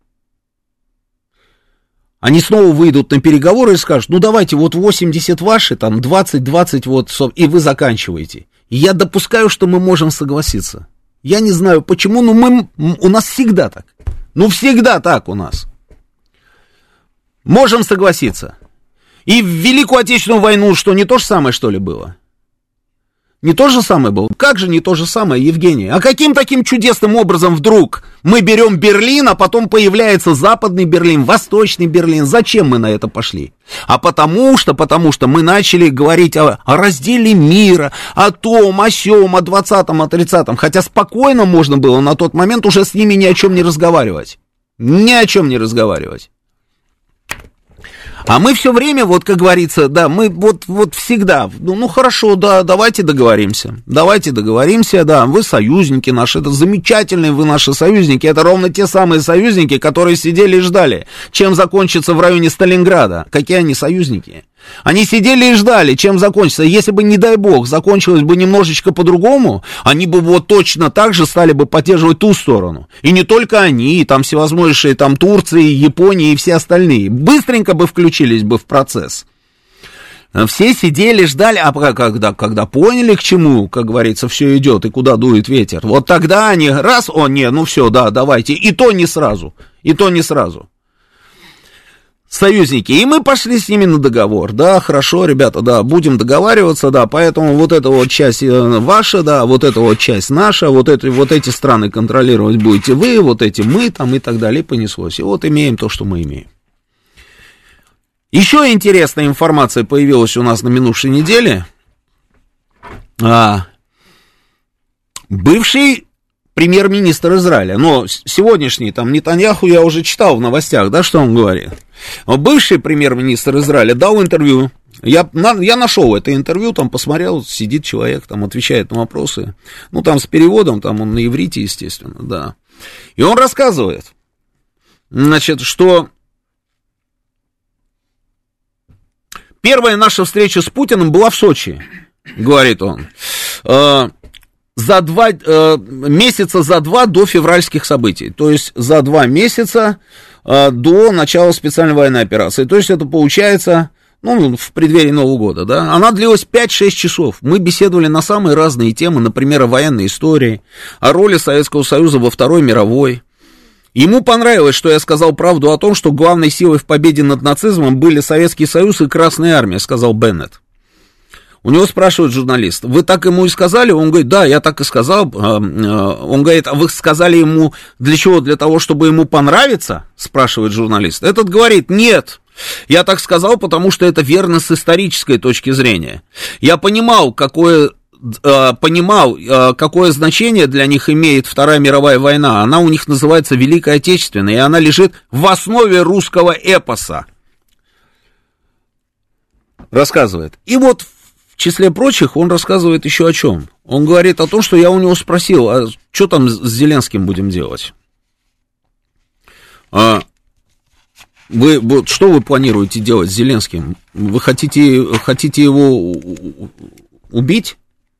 Они снова выйдут на переговоры и скажут, давайте, 80 ваши, 20, и вы заканчиваете. И я допускаю, что мы можем согласиться. Я не знаю почему, но у нас всегда так. Всегда так у нас. Можем согласиться. И в Великую Отечественную войну что, не то же самое, что ли, было? Не то же самое было? Как же не то же самое, Евгений? А каким таким чудесным образом вдруг мы берем Берлин, а потом появляется Западный Берлин, Восточный Берлин? Зачем мы на это пошли? А потому что мы начали говорить о разделе мира, о том, о сём, о 20-м, о 30-м. Хотя спокойно можно было на тот момент уже с ними ни о чем не разговаривать. Ни о чем не разговаривать. А мы все время, как говорится, мы всегда, хорошо, давайте договоримся, вы союзники наши, это замечательные вы наши союзники, это ровно те самые союзники, которые сидели и ждали, чем закончится в районе Сталинграда. Какие они союзники? Они сидели и ждали, чем закончится. Если бы, не дай бог, закончилось бы немножечко по-другому, они бы точно так же стали бы поддерживать ту сторону. И не только они, там всевозможные, Турция, Япония и все остальные. Быстренько бы включились бы в процесс. Все сидели, ждали, а когда поняли, к чему, как говорится, все идет и куда дует ветер, тогда они давайте, и то не сразу. Союзники, и мы пошли с ними на договор, хорошо, ребята, будем договариваться, поэтому эта часть ваша, эта часть наша, эти страны контролировать будете вы, эти мы, и так далее, и понеслось, и имеем то, что мы имеем. Еще интересная информация появилась у нас на минувшей неделе, бывший премьер-министр Израиля, но сегодняшний, Нетаньяху я уже читал в новостях, что он говорит. Бывший премьер-министр Израиля дал интервью, я нашел это интервью, посмотрел, сидит человек, отвечает на вопросы, с переводом, он на иврите, естественно, да. И он рассказывает, что первая наша встреча с Путиным была в Сочи, говорит он. За 2 месяца до февральских событий, то есть за 2 месяца до начала специальной военной операции, то есть это получается, в преддверии Нового года, она длилась 5-6 часов, мы беседовали на самые разные темы, например, о военной истории, о роли Советского Союза во Второй мировой. Ему понравилось, что я сказал правду о том, что главной силой в победе над нацизмом были Советский Союз и Красная Армия, сказал Беннет. У него спрашивает журналист, вы так ему и сказали? Он говорит, да, я так и сказал. Он говорит, а вы сказали ему для чего? Для того, чтобы ему понравиться? Спрашивает журналист. Этот говорит, нет, я так сказал, потому что это верно с исторической точки зрения. Я понимал, какое значение для них имеет Вторая мировая война. Она у них называется Великая Отечественная, и она лежит в основе русского эпоса. Рассказывает. И в числе прочих, он рассказывает еще о чем. Он говорит о том, что я у него спросил, а что там с Зеленским будем делать? Что вы планируете делать с Зеленским? Вы хотите его убить?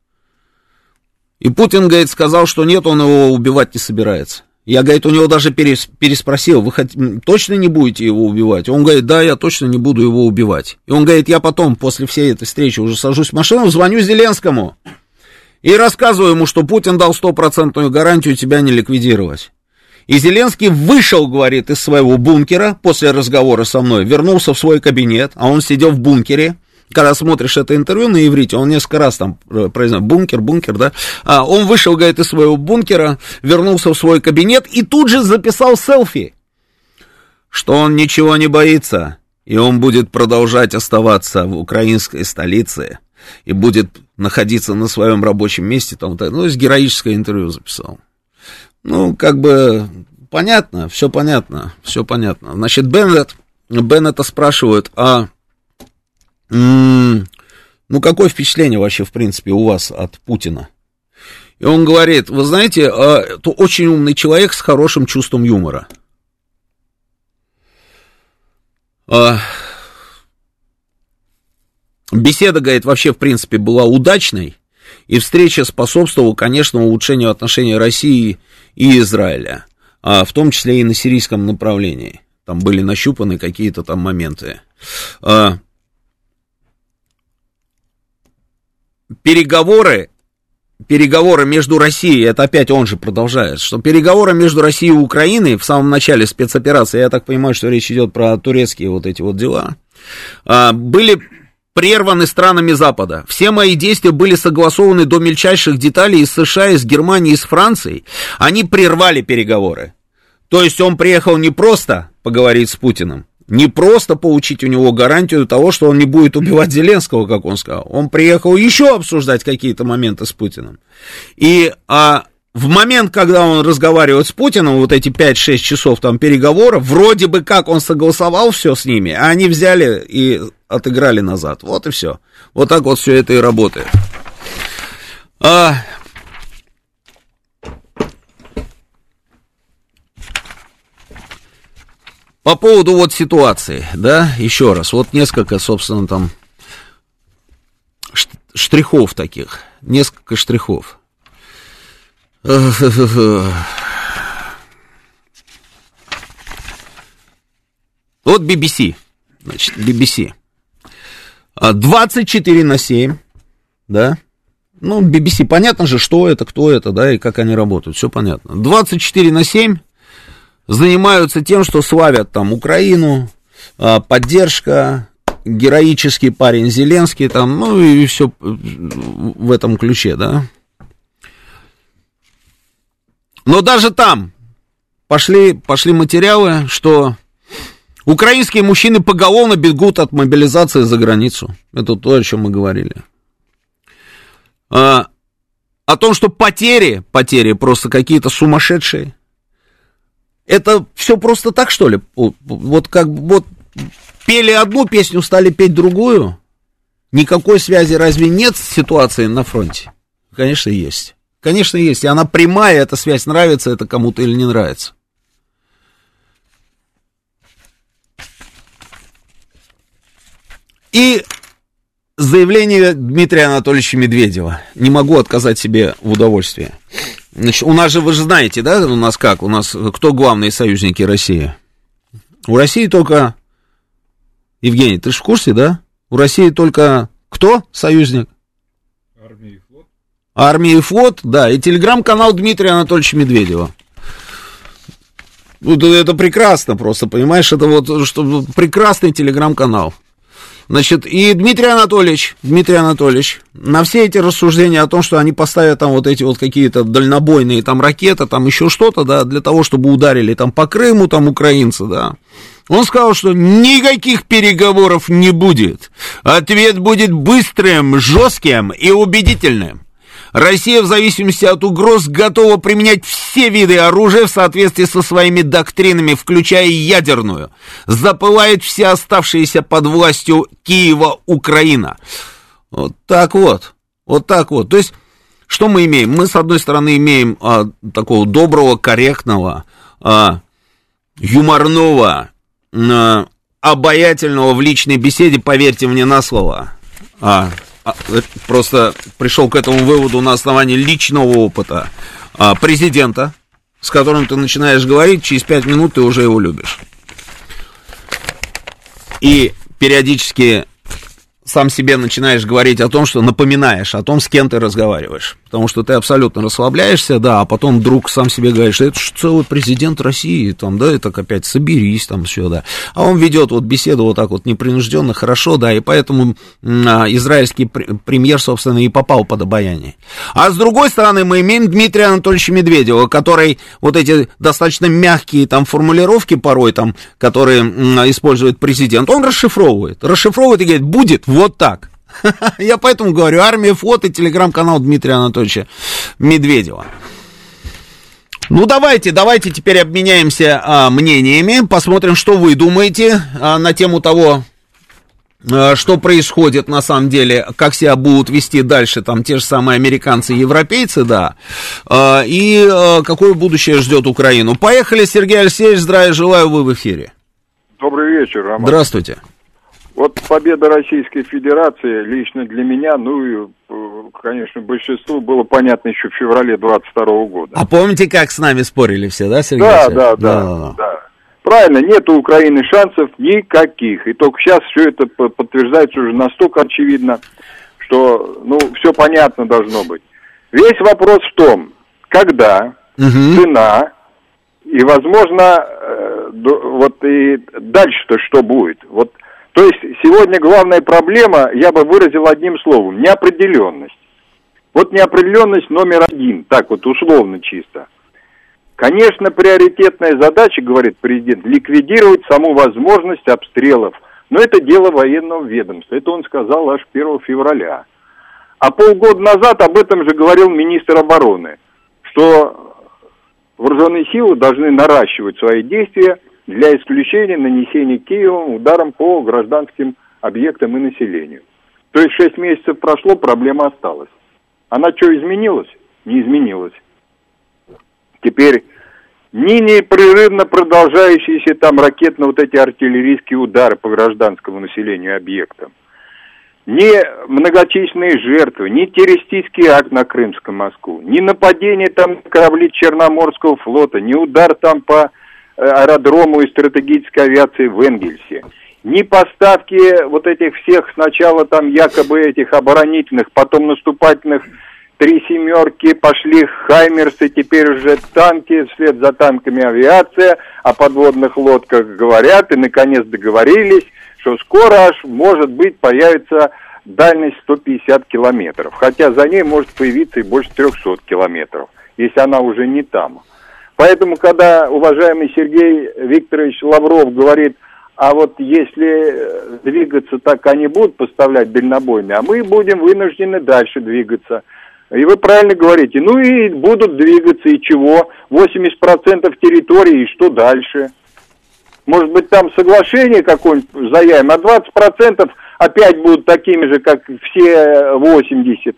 И Путин, говорит, сказал, что нет, он его убивать не собирается. Я, говорит, у него даже переспросил, вы точно не будете его убивать? Он говорит, да, я точно не буду его убивать. И он говорит, я потом, после всей этой встречи, уже сажусь в машину, звоню Зеленскому и рассказываю ему, что Путин дал 100% гарантию тебя не ликвидировать. И Зеленский вышел, говорит, из своего бункера после разговора со мной, вернулся в свой кабинет, а он сидел в бункере. Когда смотришь это интервью на иврите, он несколько раз там произносит бункер, да. Он вышел, говорит, из своего бункера, вернулся в свой кабинет и тут же записал селфи, что он ничего не боится, и он будет продолжать оставаться в украинской столице, и будет находиться на своем рабочем месте, там, то есть героическое интервью записал. Ну, как бы, понятно, все понятно. Значит, Беннета спрашивают, ну, какое впечатление вообще, в принципе, у вас от Путина? И он говорит, вы знаете, это очень умный человек с хорошим чувством юмора. Беседа, говорит, вообще, в принципе, была удачной, и встреча способствовала, конечно, улучшению отношений России и Израиля, в том числе и на сирийском направлении. Там были нащупаны какие-то там моменты. Переговоры между Россией, это опять он же продолжает, что переговоры между Россией и Украиной в самом начале спецоперации, я так понимаю, что речь идет про турецкие вот эти вот дела, были прерваны странами Запада. Все мои действия были согласованы до мельчайших деталей из США, из Германии, из Франции. Они прервали переговоры. То есть он приехал не просто поговорить с Путиным, не просто получить у него гарантию того, что он не будет убивать Зеленского, как он сказал. Он приехал еще обсуждать какие-то моменты с Путиным. И в момент, когда он разговаривает с Путиным, вот эти 5-6 часов там переговоров, вроде бы как он согласовал все с ними, а они взяли и отыграли назад. Вот и все. Вот так вот все это и работает. По поводу вот ситуации, да, еще раз, вот несколько, собственно, там штрихов таких, несколько штрихов. Вот BBC, значит, BBC. 24/7, да, ну, BBC, понятно же, что это, кто это, да, и как они работают, все понятно. 24/7 занимаются тем, что славят там Украину, поддержка, героический парень Зеленский, там, ну, и все в этом ключе, да. Но даже там пошли материалы, что украинские мужчины поголовно бегут от мобилизации за границу. Это то, о чем мы говорили. О том, что потери просто какие-то сумасшедшие. Это все просто так, что ли? Вот как вот пели одну песню, стали петь другую? Никакой связи разве нет с ситуацией на фронте? Конечно, есть. Конечно, есть. И она прямая, эта связь, нравится это кому-то или не нравится. И заявление Дмитрия Анатольевича Медведева. Не могу отказать себе в удовольствии. Значит, у нас же, вы же знаете, да, у нас как? У нас кто главные союзники России? У России только... Евгений, ты же в курсе, да? У России только кто союзник? Армия и флот. Армия и флот, да, и телеграм-канал Дмитрия Анатольевича Медведева. Вот это прекрасно просто, понимаешь? Это вот что, прекрасный телеграм-канал. Значит, и Дмитрий Анатольевич, на все эти рассуждения о том, что они поставят там вот эти вот какие-то дальнобойные там ракеты, там еще что-то, да, для того, чтобы ударили там по Крыму, там украинцы, да, он сказал, что никаких переговоров не будет. Ответ будет быстрым, жестким и убедительным. Россия в зависимости от угроз готова применять все виды оружия в соответствии со своими доктринами, включая ядерную. Запылает вся оставшаяся под властью Киева Украина. Вот так вот. Вот так вот. То есть, что мы имеем? Мы, с одной стороны, имеем такого доброго, корректного, юморного, обаятельного в личной беседе, поверьте мне на слово, просто пришел к этому выводу на основании личного опыта президента, с которым ты начинаешь говорить, через 5 минут ты уже его любишь. И периодически сам себе начинаешь говорить о том, что напоминаешь о том, с кем ты разговариваешь. Потому что ты абсолютно расслабляешься, да, а потом вдруг сам себе говоришь, это же целый президент России, там, да, и так опять соберись, там, все, да. А он ведет вот беседу вот так вот непринужденно, хорошо, да, и поэтому израильский премьер, собственно, и попал под обаяние. А с другой стороны, мы имеем Дмитрия Анатольевича Медведева, который вот эти достаточно мягкие там формулировки порой, там, которые использует президент, он расшифровывает и говорит, будет вот так. Я поэтому говорю, армия, флот и телеграм-канал Дмитрия Анатольевича Медведева. Ну, давайте теперь обменяемся мнениями, посмотрим, что вы думаете на тему того, что происходит на самом деле, как себя будут вести дальше там те же самые американцы и европейцы, да, и какое будущее ждет Украину. Поехали, Сергей Алексеевич, здравия желаю, вы в эфире. Добрый вечер, Роман. Здравствуйте. Вот победа Российской Федерации лично для меня, ну и, конечно, большинству было понятно еще в феврале 22 года. А помните, как с нами спорили все, да, Сергей Алексеевич? Да. Правильно, нет у Украины шансов никаких. И только сейчас все это подтверждается уже настолько очевидно, что, ну, все понятно должно быть. Весь вопрос в том, когда, цена, и, возможно, вот и дальше-то что будет. Вот. То есть сегодня главная проблема, я бы выразил одним словом, неопределенность. Вот неопределенность номер один, так вот условно чисто. Конечно, приоритетная задача, говорит президент, ликвидировать саму возможность обстрелов. Но это дело военного ведомства. Это он сказал аж 1 февраля. А полгода назад об этом же говорил министр обороны, что вооруженные силы должны наращивать свои действия для исключения нанесения Киевом ударом по гражданским объектам и населению. То есть 6 месяцев прошло, проблема осталась. Она что, изменилась? Не изменилась. Теперь ни непрерывно продолжающиеся там ракетно вот эти артиллерийские удары по гражданскому населению и объектам, ни многочисленные жертвы, ни террористический акт на Крымском мосту, ни нападение там на корабли Черноморского флота, ни удар там по аэродрому и стратегической авиации в Энгельсе, ни поставки вот этих всех сначала там якобы этих оборонительных, потом наступательных 3 семерки, пошли хаймерсы, теперь уже танки, вслед за танками авиация, о подводных лодках говорят и наконец договорились, что скоро аж, может быть, появится дальность 150 километров, хотя за ней может появиться и больше 300 километров, если она уже не там. Поэтому, когда уважаемый Сергей Викторович Лавров говорит, а вот если двигаться так, они будут поставлять дальнобойные, а мы будем вынуждены дальше двигаться. И вы правильно говорите, ну и будут двигаться, и чего? 80% территории, и что дальше? Может быть, там соглашение какое-нибудь заявим, а 20% опять будут такими же, как все 80%.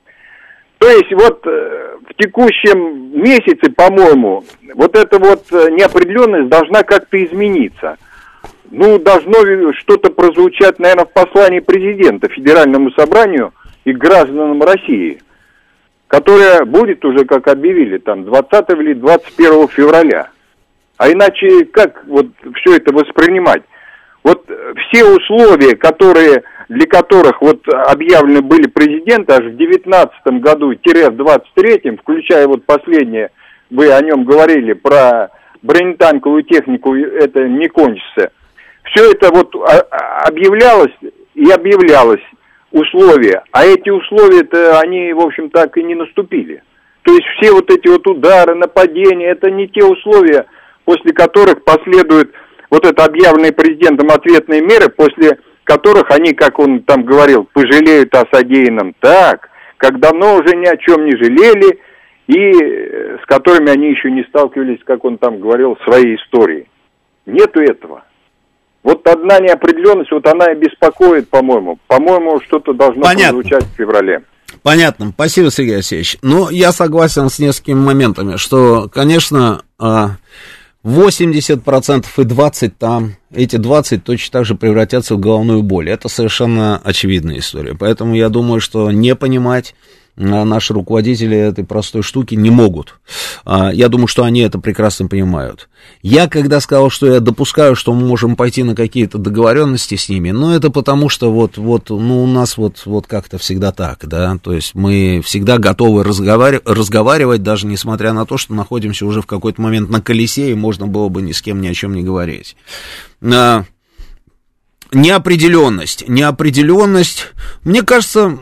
То есть вот в текущем месяце, по-моему, вот эта вот неопределенность должна как-то измениться. Ну, должно что-то прозвучать, наверное, в послании президента Федеральному собранию и гражданам России, которое будет уже, как объявили, там 20 или 21 февраля. А иначе как вот все это воспринимать? Вот все условия, для которых вот объявлены были президенты аж в 2019 году, в 23-м, включая вот последнее, вы о нем говорили, про бронетанковую технику, это не кончится. Все это вот объявлялось и объявлялось условия, а эти условия-то, они, в общем, так и не наступили. То есть все вот эти вот удары, нападения, это не те условия, после которых последуют вот это объявленные президентом ответные меры, после которых они, как он там говорил, пожалеют о содеянном так, как давно уже ни о чем не жалели, и с которыми они еще не сталкивались, как он там говорил, в своей истории. Нету этого. Вот одна неопределенность, вот она и беспокоит, по-моему. По-моему, что-то должно прозвучать в феврале. Понятно. Спасибо, Сергей Алексеевич. Ну, я согласен с несколькими моментами, что, конечно, 80% и 20% там, эти 20 точно так же превратятся в головную боль. Это совершенно очевидная история. Поэтому я думаю, что не понимать наши руководители этой простой штуки не могут. Я думаю, что они это прекрасно понимают. Я когда сказал, что я допускаю, что мы можем пойти на какие-то договоренности с ними, но это потому, что у нас как-то всегда так, да, то есть мы всегда готовы разговаривать, даже несмотря на то, что находимся уже в какой-то момент на колесе, и можно было бы ни с кем ни о чем не говорить. Неопределенность, мне кажется,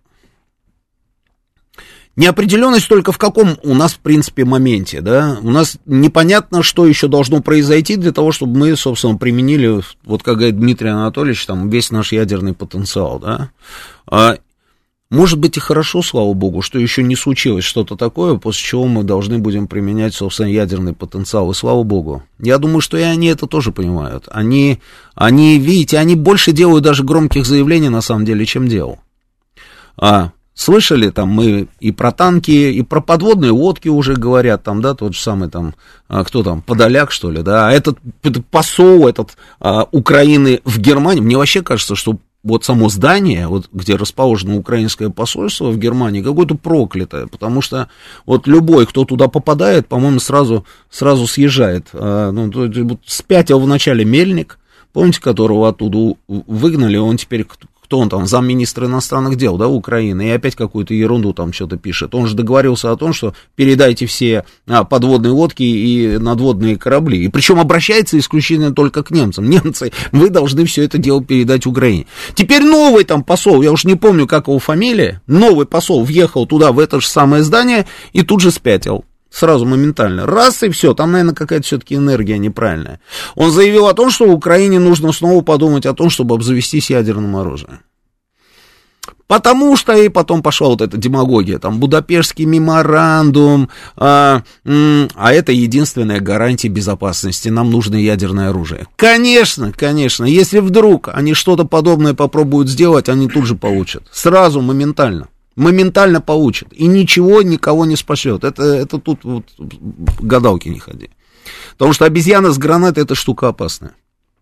неопределенность только в каком у нас, в принципе, моменте, да, у нас непонятно, что еще должно произойти для того, чтобы мы, собственно, применили, как говорит Дмитрий Анатольевич, там, весь наш ядерный потенциал, да. Может быть и хорошо, слава богу, что еще не случилось что-то такое, после чего мы должны будем применять, собственно, ядерный потенциал, и слава богу. Я думаю, что и они это тоже понимают. Они, видите, они больше делают даже громких заявлений, на самом деле, чем дел. Слышали, там, мы и про танки, и про подводные лодки уже говорят, там, да, тот же самый, там, кто там, Подоляк, что ли, да, этот посол, Украины в Германии, мне вообще кажется, что само здание, где расположено украинское посольство в Германии, какое-то проклятое, потому что любой, кто туда попадает, по-моему, сразу съезжает. Спятил вначале Мельник, помните, которого оттуда выгнали, он теперь... Кто он там, замминистра иностранных дел, да, Украины, и опять какую-то ерунду там что-то пишет. Он же договорился о том, что передайте все подводные лодки и надводные корабли. И причем обращается исключительно только к немцам. Немцы, вы должны все это дело передать Украине. Теперь новый там посол, я уж не помню, как его фамилия, новый посол въехал туда, в это же самое здание, и тут же спятил. Сразу моментально. Раз и все, там, наверное, какая-то все-таки энергия неправильная. Он заявил о том, что Украине нужно снова подумать о том, чтобы обзавестись ядерным оружием. Потому что и потом пошла эта демагогия, там, Будапештский меморандум, а это единственная гарантия безопасности, нам нужно ядерное оружие. Конечно, если вдруг они что-то подобное попробуют сделать, они тут же получат. Сразу, моментально получат. И ничего никого не спасет. Это тут гадалки не ходи. Потому что обезьяна с гранатой — это штука опасная.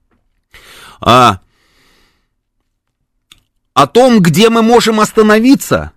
О том, где мы можем остановиться,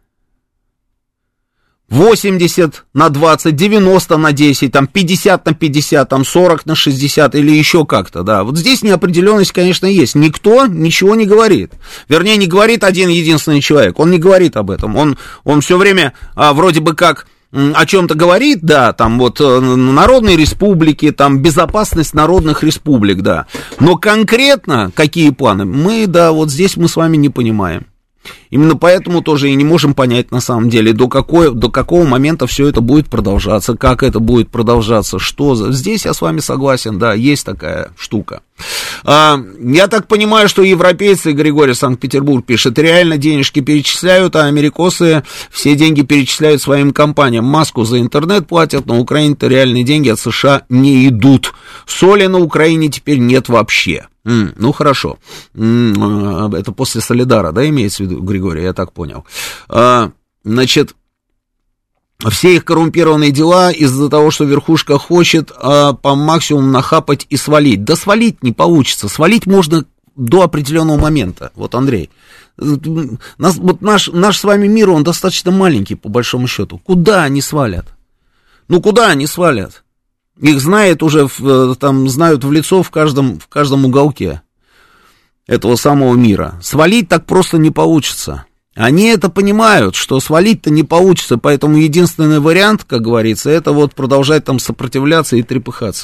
80 на 20, 90 на 10, там 50 на 50, там 40 на 60 или еще как-то, да. Здесь неопределенность, конечно, есть. Никто ничего не говорит. Вернее, не говорит один единственный человек. Он не говорит об этом. Он все время вроде бы как о чем-то говорит, да, там народные республики, там безопасность народных республик, да. Но конкретно какие планы, мы, да, здесь мы с вами не понимаем. Именно поэтому тоже и не можем понять, на самом деле, до какого момента все это будет продолжаться, как это будет продолжаться, что... Здесь я с вами согласен, да, есть такая штука. Я так понимаю, что европейцы, Григорий Санкт-Петербург пишет, реально денежки перечисляют, а америкосы все деньги перечисляют своим компаниям. Маску за интернет платят, на Украине-то реальные деньги от США не идут. Соли на Украине теперь нет вообще. Ну, хорошо. Это после Солидара, да, имеется в виду, Григорий, я так понял. Значит, все их коррумпированные дела из-за того, что верхушка хочет по максимуму нахапать и свалить. Да свалить не получится. Свалить можно до определенного момента. Андрей, наш с вами мир, он достаточно маленький, по большому счету. Куда они свалят? Куда они свалят? Их знают уже, знают в лицо в каждом уголке этого самого мира. Свалить так просто не получится. Они это понимают, что свалить-то не получится, поэтому единственный вариант, как говорится, это продолжать там сопротивляться и трепыхаться.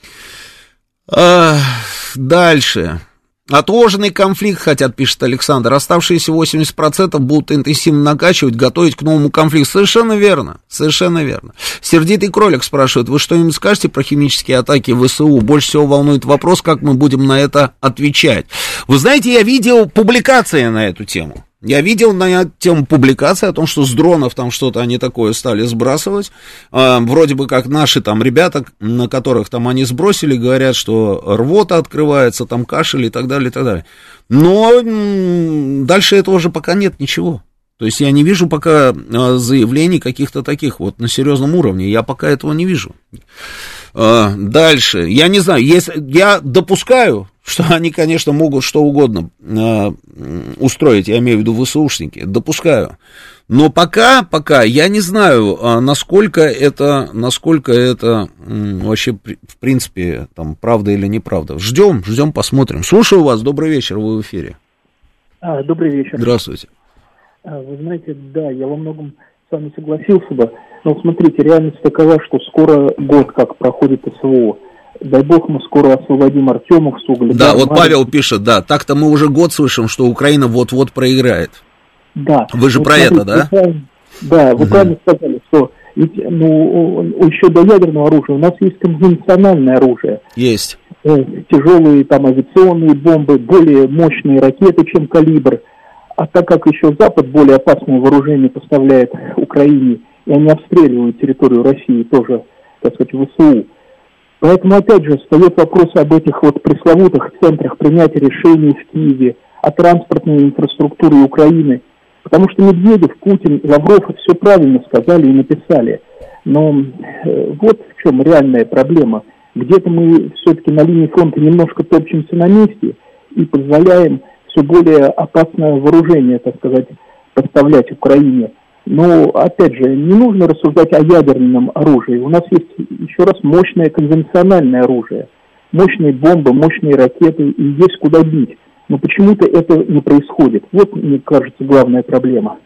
Дальше. Отложенный конфликт хотят, пишет Александр. Оставшиеся 80% будут интенсивно накачивать, готовить к новому конфликту. Совершенно верно. Сердитый кролик спрашивает, вы что-нибудь скажете про химические атаки в ВСУ? Больше всего волнует вопрос, как мы будем на это отвечать. Вы знаете, я видел публикации на эту тему. Я видел на тему публикации о том, что с дронов там что-то они такое стали сбрасывать. Вроде бы как наши там ребята, на которых там они сбросили, говорят, что рвота открывается, там кашель и так далее, и так далее. Но дальше этого же пока нет ничего. То есть я не вижу пока заявлений каких-то таких на серьезном уровне. Я пока этого не вижу. Дальше. Я не знаю, я допускаю, что они, конечно, могут что угодно устроить, я имею в виду ВСУшники, допускаю. Но пока я не знаю, насколько это вообще, в принципе, там, правда или неправда. Ждем, посмотрим. Слушаю вас, добрый вечер, вы в эфире. Добрый вечер. Здравствуйте. Вы знаете, да, я во многом с вами согласился бы, но смотрите, реальность такова, что скоро год как проходит СВО. Дай бог, мы скоро освободим Артемовск, Угледар. Да, вот Павел пишет, да, так-то мы уже год слышим, что Украина вот-вот проиграет. Да. Вы же вот про смотрите, это, да? Вы правильно сказали, что ведь, еще до ядерного оружия у нас есть конвенциональное оружие. Есть. Тяжелые там авиационные бомбы, более мощные ракеты, чем «Калибр». А так как еще Запад более опасное вооружение поставляет Украине, и они обстреливают территорию России тоже, так сказать, ВСУ. Поэтому, опять же, встает вопрос об этих вот пресловутых центрах принятия решений в Киеве, о транспортной инфраструктуре Украины. Потому что Медведев, Путин, Лавров все правильно сказали и написали. Но вот в чем реальная проблема. Где-то мы все-таки на линии фронта немножко топчемся на месте и позволяем все более опасное вооружение, так сказать, поставлять Украине. Но, опять же, не нужно рассуждать о ядерном оружии. У нас есть, еще раз, мощное конвенциональное оружие. Мощные бомбы, мощные ракеты, и есть куда бить. Но почему-то это не происходит. Вот, мне кажется, главная проблема.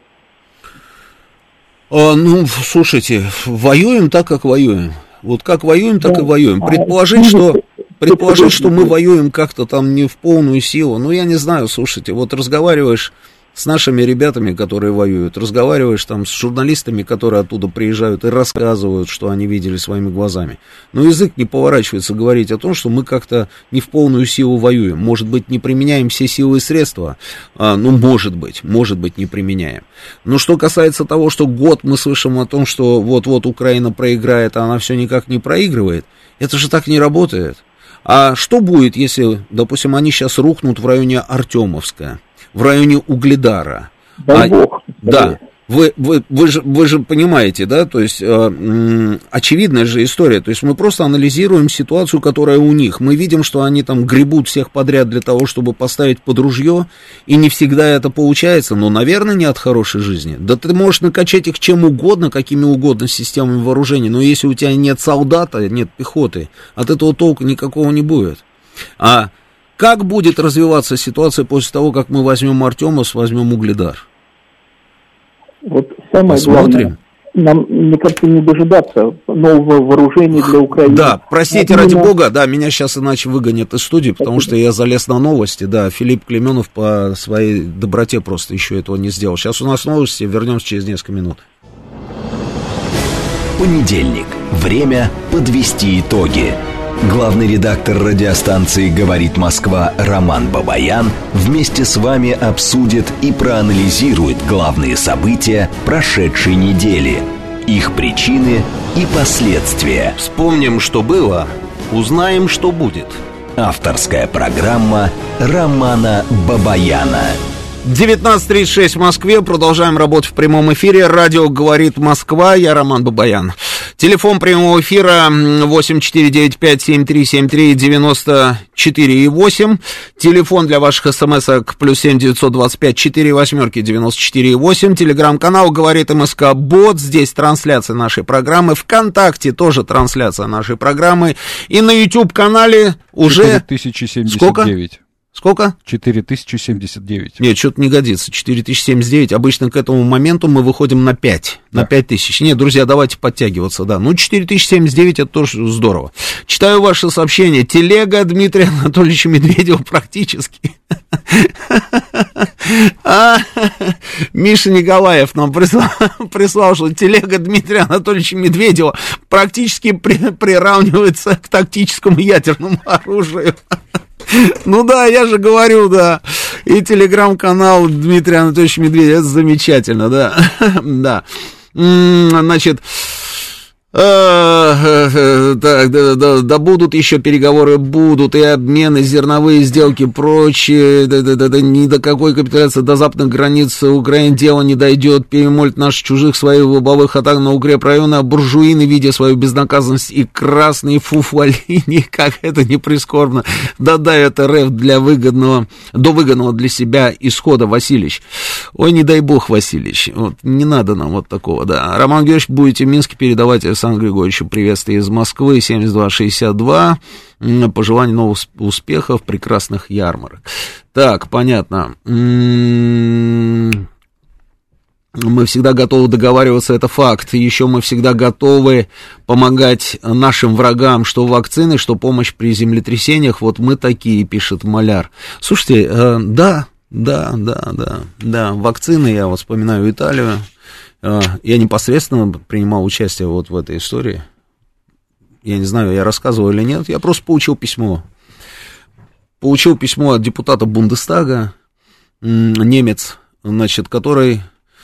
Слушайте, воюем так, как воюем. Вот как воюем, так и воюем. Предположить, что мы воюем как-то там не в полную силу, я не знаю, слушайте, вот разговариваешь с нашими ребятами, которые воюют, разговариваешь там с журналистами, которые оттуда приезжают и рассказывают, что они видели своими глазами. Но язык не поворачивается говорить о том, что мы как-то не в полную силу воюем. Может быть, не применяем все силы и средства, может быть, не применяем. Но что касается того, что год мы слышим о том, что вот-вот Украина проиграет, а она все никак не проигрывает, это же так не работает. А что будет, если, допустим, они сейчас рухнут в районе Артемовска, в районе Угледара? Да, вы же понимаете, да, то есть очевидная же история, то есть мы просто анализируем ситуацию, которая у них, мы видим, что они там гребут всех подряд для того, чтобы поставить под ружье, и не всегда это получается, но, наверное, не от хорошей жизни. Да ты можешь накачать их чем угодно, какими угодно системами вооружения, но если у тебя нет солдата, нет пехоты, от этого толка никакого не будет. А как будет развиваться ситуация после того, как мы возьмем Артемовск, возьмем Угледар? Вот самое главное, нам, мне кажется, не дожидаться нового вооружения для Украины. Да, простите, ради бога, да, меня сейчас иначе выгонят из студии, потому что я залез на новости, да, Филипп Клеменов по своей доброте просто еще этого не сделал. Сейчас у нас новости, вернемся через несколько минут. Понедельник. Время подвести итоги. Главный редактор радиостанции «Говорит Москва» Роман Бабаян вместе с вами обсудит и проанализирует главные события прошедшей недели, их причины и последствия. Вспомним, что было, узнаем, что будет. Авторская программа Романа Бабаяна. 19:36 в Москве. Продолжаем работать в прямом эфире. Радио «Говорит Москва». Я Роман Бабаян. Телефон прямого эфира 8495-7373-94,8. Телефон для ваших смс-ок +7 925 4 восьмерки 94,8. Телеграм-канал «Говорит МСК Бот». Здесь трансляция нашей программы. ВКонтакте тоже трансляция нашей программы. И на YouTube-канале уже... 4079. Сколько? Сколько? 4079. Нет, что-то не годится. 4079. Обычно к этому моменту мы выходим на 5. Да. На 5000. Нет, друзья, давайте подтягиваться, да. 4079 это тоже здорово. Читаю ваши сообщения. Телега Дмитрия Анатольевича Медведева практически. Миша Николаев нам прислал, что телега Дмитрия Анатольевича Медведева практически приравнивается к тактическому ядерному оружию. Ну да, я же говорю, да. И телеграм-канал Дмитрия Анатольевича Медведева, это замечательно, да. Да. Значит, Так, да будут еще переговоры, будут, и обмены, зерновые сделки, прочее, ни до какой капитуляции до западных границ Украины дело не дойдет, перемолят наших чужих своих лобовых атак на укрепрайоны, а буржуины, видя свою безнаказанность и красные фуфалини, как это не прискорбно, додавят РФ до выгодного для себя исхода, Васильевич. Ой, не дай бог, Васильевич, вот, не надо нам вот такого, да. Роман Георгиевич, будете в Минске передавать Александру Григорьевичу приветствие из Москвы, 7262, пожелание новых успехов, прекрасных ярмарок. Так, понятно. Мы всегда готовы договариваться, это факт. Еще мы всегда готовы помогать нашим врагам, что вакцины, что помощь при землетрясениях. Вот мы такие, пишет Маляр. Слушайте, да, вакцины, я вот вспоминаю Италию. Я непосредственно принимал участие вот в этой истории. Я не знаю, я рассказывал или нет. Я просто получил письмо. Получил письмо от депутата Бундестага, немец, значит, который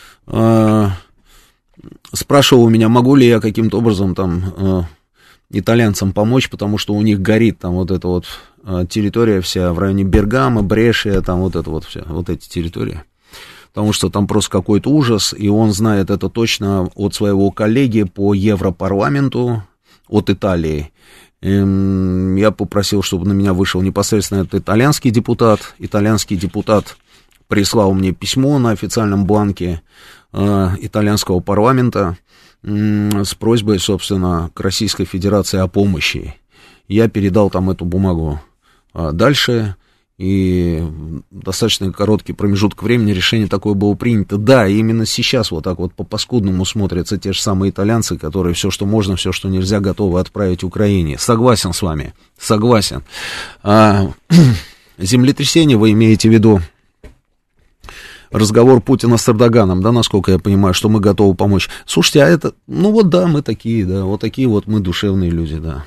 спрашивал у меня, могу ли я каким-то образом там итальянцам помочь, потому что у них горит там вот эта вот территория вся в районе Бергамо, Брешия, там вот это вот все, вот эти территории. Потому что там просто какой-то ужас, и он знает это точно от своего коллеги по Европарламенту, от Италии. Я попросил, чтобы на меня вышел непосредственно этот итальянский депутат. Итальянский депутат прислал мне письмо на официальном бланке итальянского парламента с просьбой, собственно, к Российской Федерации о помощи. Я передал там эту бумагу дальше, и достаточно короткий промежуток времени решение такое было принято. Да, именно сейчас вот так вот по-паскудному смотрятся те же самые итальянцы, которые все, что можно, все, что нельзя, готовы отправить Украине. Согласен с вами, согласен. Землетрясение вы имеете в виду? Разговор Путина с Эрдоганом, да, насколько я понимаю, что мы готовы помочь. Слушайте, а это, ну вот да, мы такие, да, вот такие вот мы душевные люди, да.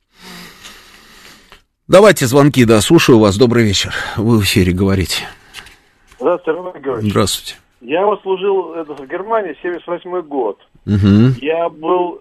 Давайте звонки, да, слушаю вас, добрый вечер, вы в эфире говорите. Здравствуйте, Роман Георгиевич. Здравствуйте. Я вот служил в Германии 78-й год. Угу. Я был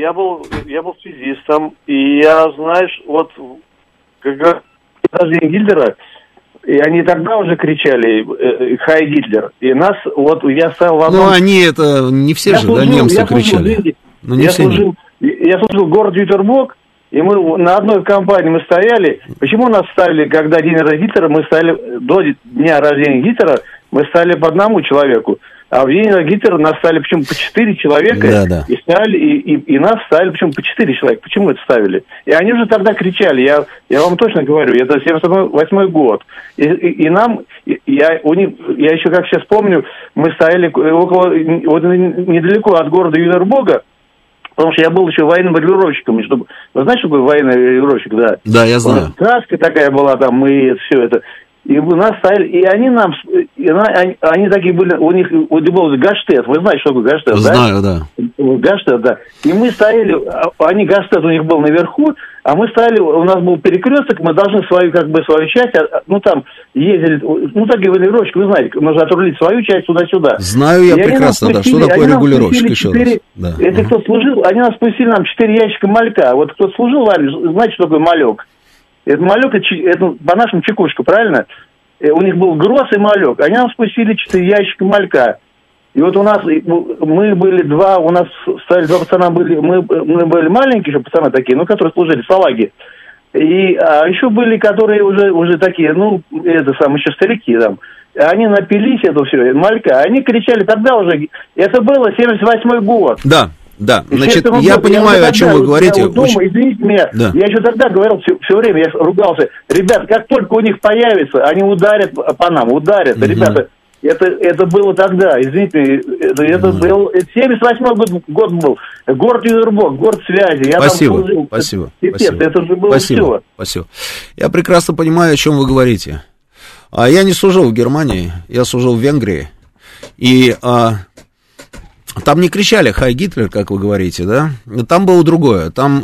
связистом, и я, знаешь, вот, когда рождение Гитлера, и они тогда уже кричали «Хай Гитлер», и нас, вот, я стоял в одном... Ну, они это, не все же, да, немцы кричали. Я служил в городе Ютербург, и мы на одной компании мы стояли. Почему нас ставили, когда день рождения Гитлера, мы стали до дня рождения Гитлера, мы стали по одному человеку. А в день Гитлера нас стали почему по 4 человека, да. И ставили, и нас ставили почему по 4 человека. Почему это ставили? И они уже тогда кричали, я вам точно говорю, это 78-й год. И нам, я еще как сейчас помню, мы стояли около, вот недалеко от города Ютербурга, потому что я был еще военным регулировщиком. Вы знаете, что такое военный регулировщик, да? Да, я знаю. Краска такая была там, и все это. И у нас стояли, и они нам, они такие были, у них был Гаштет, вы знаете, что такое Гаштет, да? Знаю, да. Гаштет, да. И мы стояли, они, Гаштет у них был наверху, а мы стояли, у нас был перекресток, мы должны свою часть, ну там ездили, ну такие регулировщики, вы знаете, нужно отрулить свою часть туда-сюда. Знаю я прекрасно, да, что такое регулировщик, еще раз. Да. Это кто служил, они нас пустили нам 4 ящика малька, вот кто служил в армии, знаете, что такое малек? Это малек, это по-нашему чекушка, правильно? У них был гроз и малек. Они нам спустили 4 ящика малька. И вот у нас, мы были два, у нас стали два пацана, мы были маленькие еще пацаны такие, ну, которые служили, салаги. И еще были, которые уже такие, ну, это самые еще старики там. Они напились это все, малька. Они кричали тогда уже, это было 78-й год. Да. Да, значит, я понимаю, о чем вы говорите. Дома, извините меня, да. Я еще тогда говорил все время, я ругался. Ребята, как только у них появится, они ударят по нам, ударят. Ребята, это было тогда, извините, это был 78-й год был. Город Ютербург, город связи. Я спасибо, там служил. Спасибо. Это же было все. Спасибо. Я прекрасно понимаю, о чем вы говорите. Я не служил в Германии, я служил в Венгрии. И... там не кричали «Хай Гитлер», как вы говорите, да? Там было другое. Там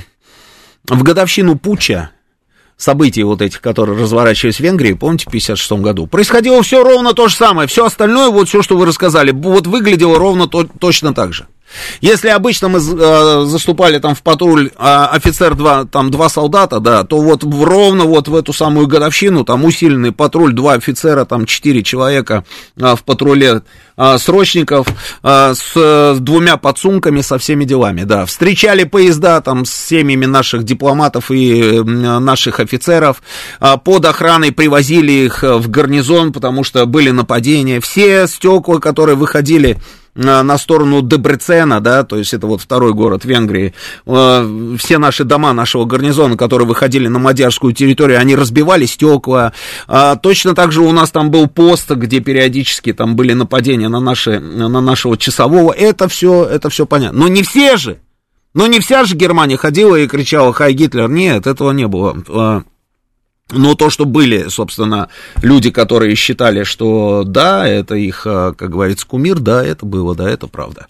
в годовщину путча, событий вот этих, которые разворачивались в Венгрии, помните, в 1956 году, происходило все ровно то же самое. Все остальное, вот все, что вы рассказали, вот выглядело ровно точно так же. Если обычно мы заступали там в патруль офицер, два солдата, да, то вот ровно вот в эту самую годовщину там усиленный патруль, 2 офицера, там 4 человека в патруле срочников с 2 подсумками, со всеми делами, да. Встречали поезда там с семьями наших дипломатов и наших офицеров, под охраной привозили их в гарнизон, потому что были нападения. Все стекла, которые выходили на сторону Дебрецена, да, то есть это вот второй город Венгрии, все наши дома нашего гарнизона, которые выходили на мадьярскую территорию, они разбивали стекла. Точно так же у нас там был пост, где периодически там были нападения на нашего часового. Это все понятно. Но не все же, не вся же Германия ходила и кричала «Хай Гитлер». Нет, этого не было. Но то, что были, собственно, люди, которые считали, что да, это их, как говорится, кумир, да, это было, да, это правда.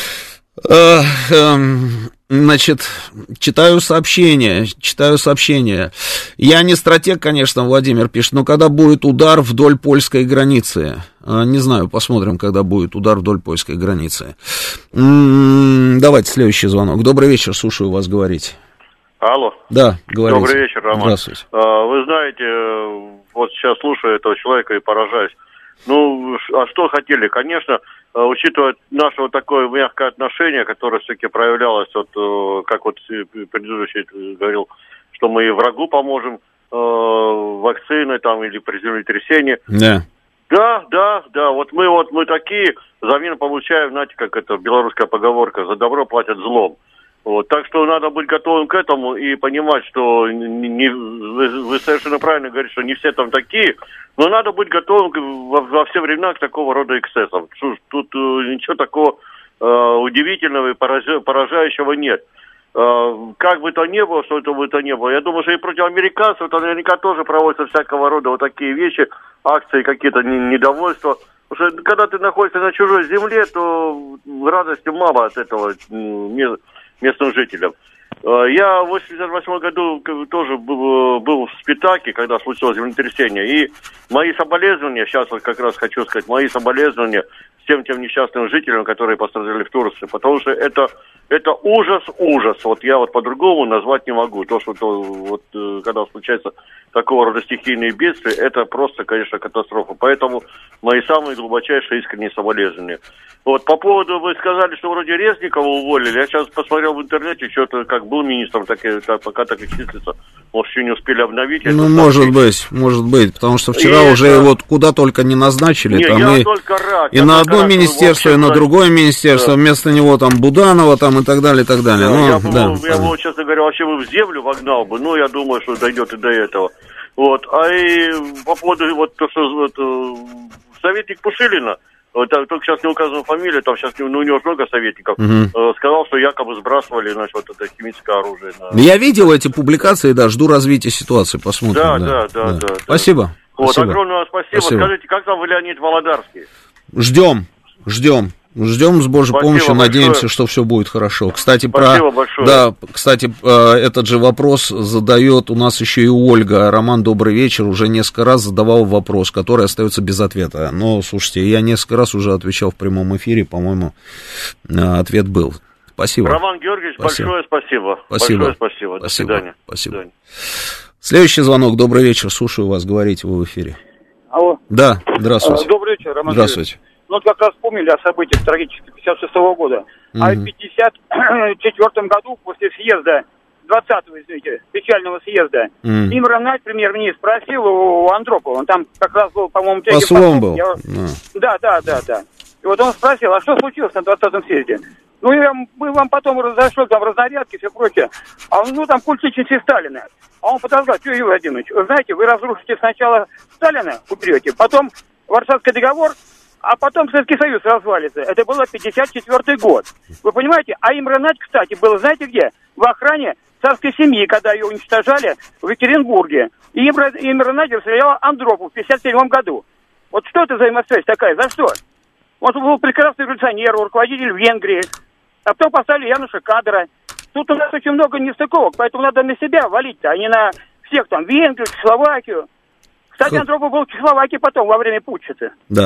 Значит, читаю сообщение. Я не стратег, конечно, Владимир пишет, но когда будет удар вдоль польской границы? Не знаю, посмотрим, когда будет удар вдоль польской границы. Давайте следующий звонок. Добрый вечер, слушаю вас говорить. Алло. Да, говорите. Добрый вечер, Роман. Здравствуйте. Вы знаете, вот сейчас слушаю этого человека и поражаюсь. Ну, а что хотели? Конечно, учитывая наше вот такое мягкое отношение, которое все-таки проявлялось, вот, как вот предыдущий говорил, что мы и врагу поможем вакциной там или при землетрясении. Да. Да, вот мы такие, взамен получаем, знаете, как это белорусская поговорка, за добро платят злом. Вот, так что надо быть готовым к этому и понимать, что вы совершенно правильно говорите, что не все там такие, но надо быть готовым во все времена к такого рода эксцессам. Тут ничего такого удивительного и поражающего нет. Как бы то ни было, что это бы то ни было, я думаю, что и против американцев то наверняка тоже проводятся всякого рода вот такие вещи, акции, какие-то недовольства. Потому что когда ты находишься на чужой земле, то радости мало от этого местным жителям. Я в 1988 году тоже был в Спитаке, когда случилось землетрясение, и мои соболезнования, сейчас вот как раз хочу сказать, мои соболезнования всем тем несчастным жителям, которые пострадали в Турции, потому что это ужас. Вот я вот по-другому назвать не могу. То, что когда случается такого рода стихийные бедствия, это просто, конечно, катастрофа. Поэтому мои самые глубочайшие искренние соболезнования. Вот, по поводу, вы сказали, что вроде Резникова уволили. Я сейчас посмотрел в интернете, что-то как был министром, пока так и числится. Может, еще не успели обновить. Ну, может быть, потому что вчера уже его куда только не назначили. Нет, там я только рад. И на одно министерство, и на другое министерство, да. Вместо него там Буданова там и так далее, и так далее. Да, я бы, честно говоря, вообще бы в землю вогнал бы, но я думаю, что дойдет и до этого. Вот, а и по поводу вот то, что советник Пушилина, только сейчас не указана фамилия, там сейчас у него много советников, сказал, что якобы сбрасывали, значит, вот это химическое оружие. Я видел эти публикации, да, жду развития ситуации, посмотрим. Да. Спасибо. Вот, спасибо. Огромное вам спасибо. Скажите, как там вы, Леонид Володарский? Ждем с Божьей помощью, надеемся, что все будет хорошо. Кстати, этот же вопрос задает у нас еще и Ольга. Роман, добрый вечер. Уже несколько раз задавал вопрос, который остается без ответа. Но, слушайте, я несколько раз уже отвечал в прямом эфире, по-моему, ответ был. Спасибо. Роман Георгиевич, большое спасибо. Большое спасибо. До свидания. Спасибо. Следующий звонок. Добрый вечер. Слушаю вас. Говорите, вы в эфире. Алло. Да, здравствуйте. Добрый вечер, Роман. Здравствуйте. Ну, как раз вспомнили о событиях трагических 56-го года. А в 54-м году, после съезда, 20-го, извините, печального съезда, Имре Надь, премьер-министр, спросил у Андропова, он там как раз был, по-моему, послом был. Да. И вот он спросил, а что случилось на 20-м съезде? Ну, мы вам потом разошлем там разнарядки и все прочее. А он, там культ личности Сталина. А он подозревал, что, Юрий Владимирович, вы знаете, вы разрушите сначала Сталина, уберете, потом Варшавский договор, а потом Советский Союз развалится. Это было 54-й год. Вы понимаете? А Имре Надь, кстати, был, знаете где? В охране царской семьи, когда ее уничтожали в Екатеринбурге. И Имре Надь расстрелял Андропов в 57-м году. Вот что это за взаимосвязь такая? За что? Он был прекрасный революционер, руководитель Венгрии. А потом поставили Януша Кадра. Тут у нас очень много нестыковок, поэтому надо на себя валить-то, а не на всех там, Венгрию, Чехословакию. Кстати, Андропов был в Чехословакии потом, во время путча-то. Да.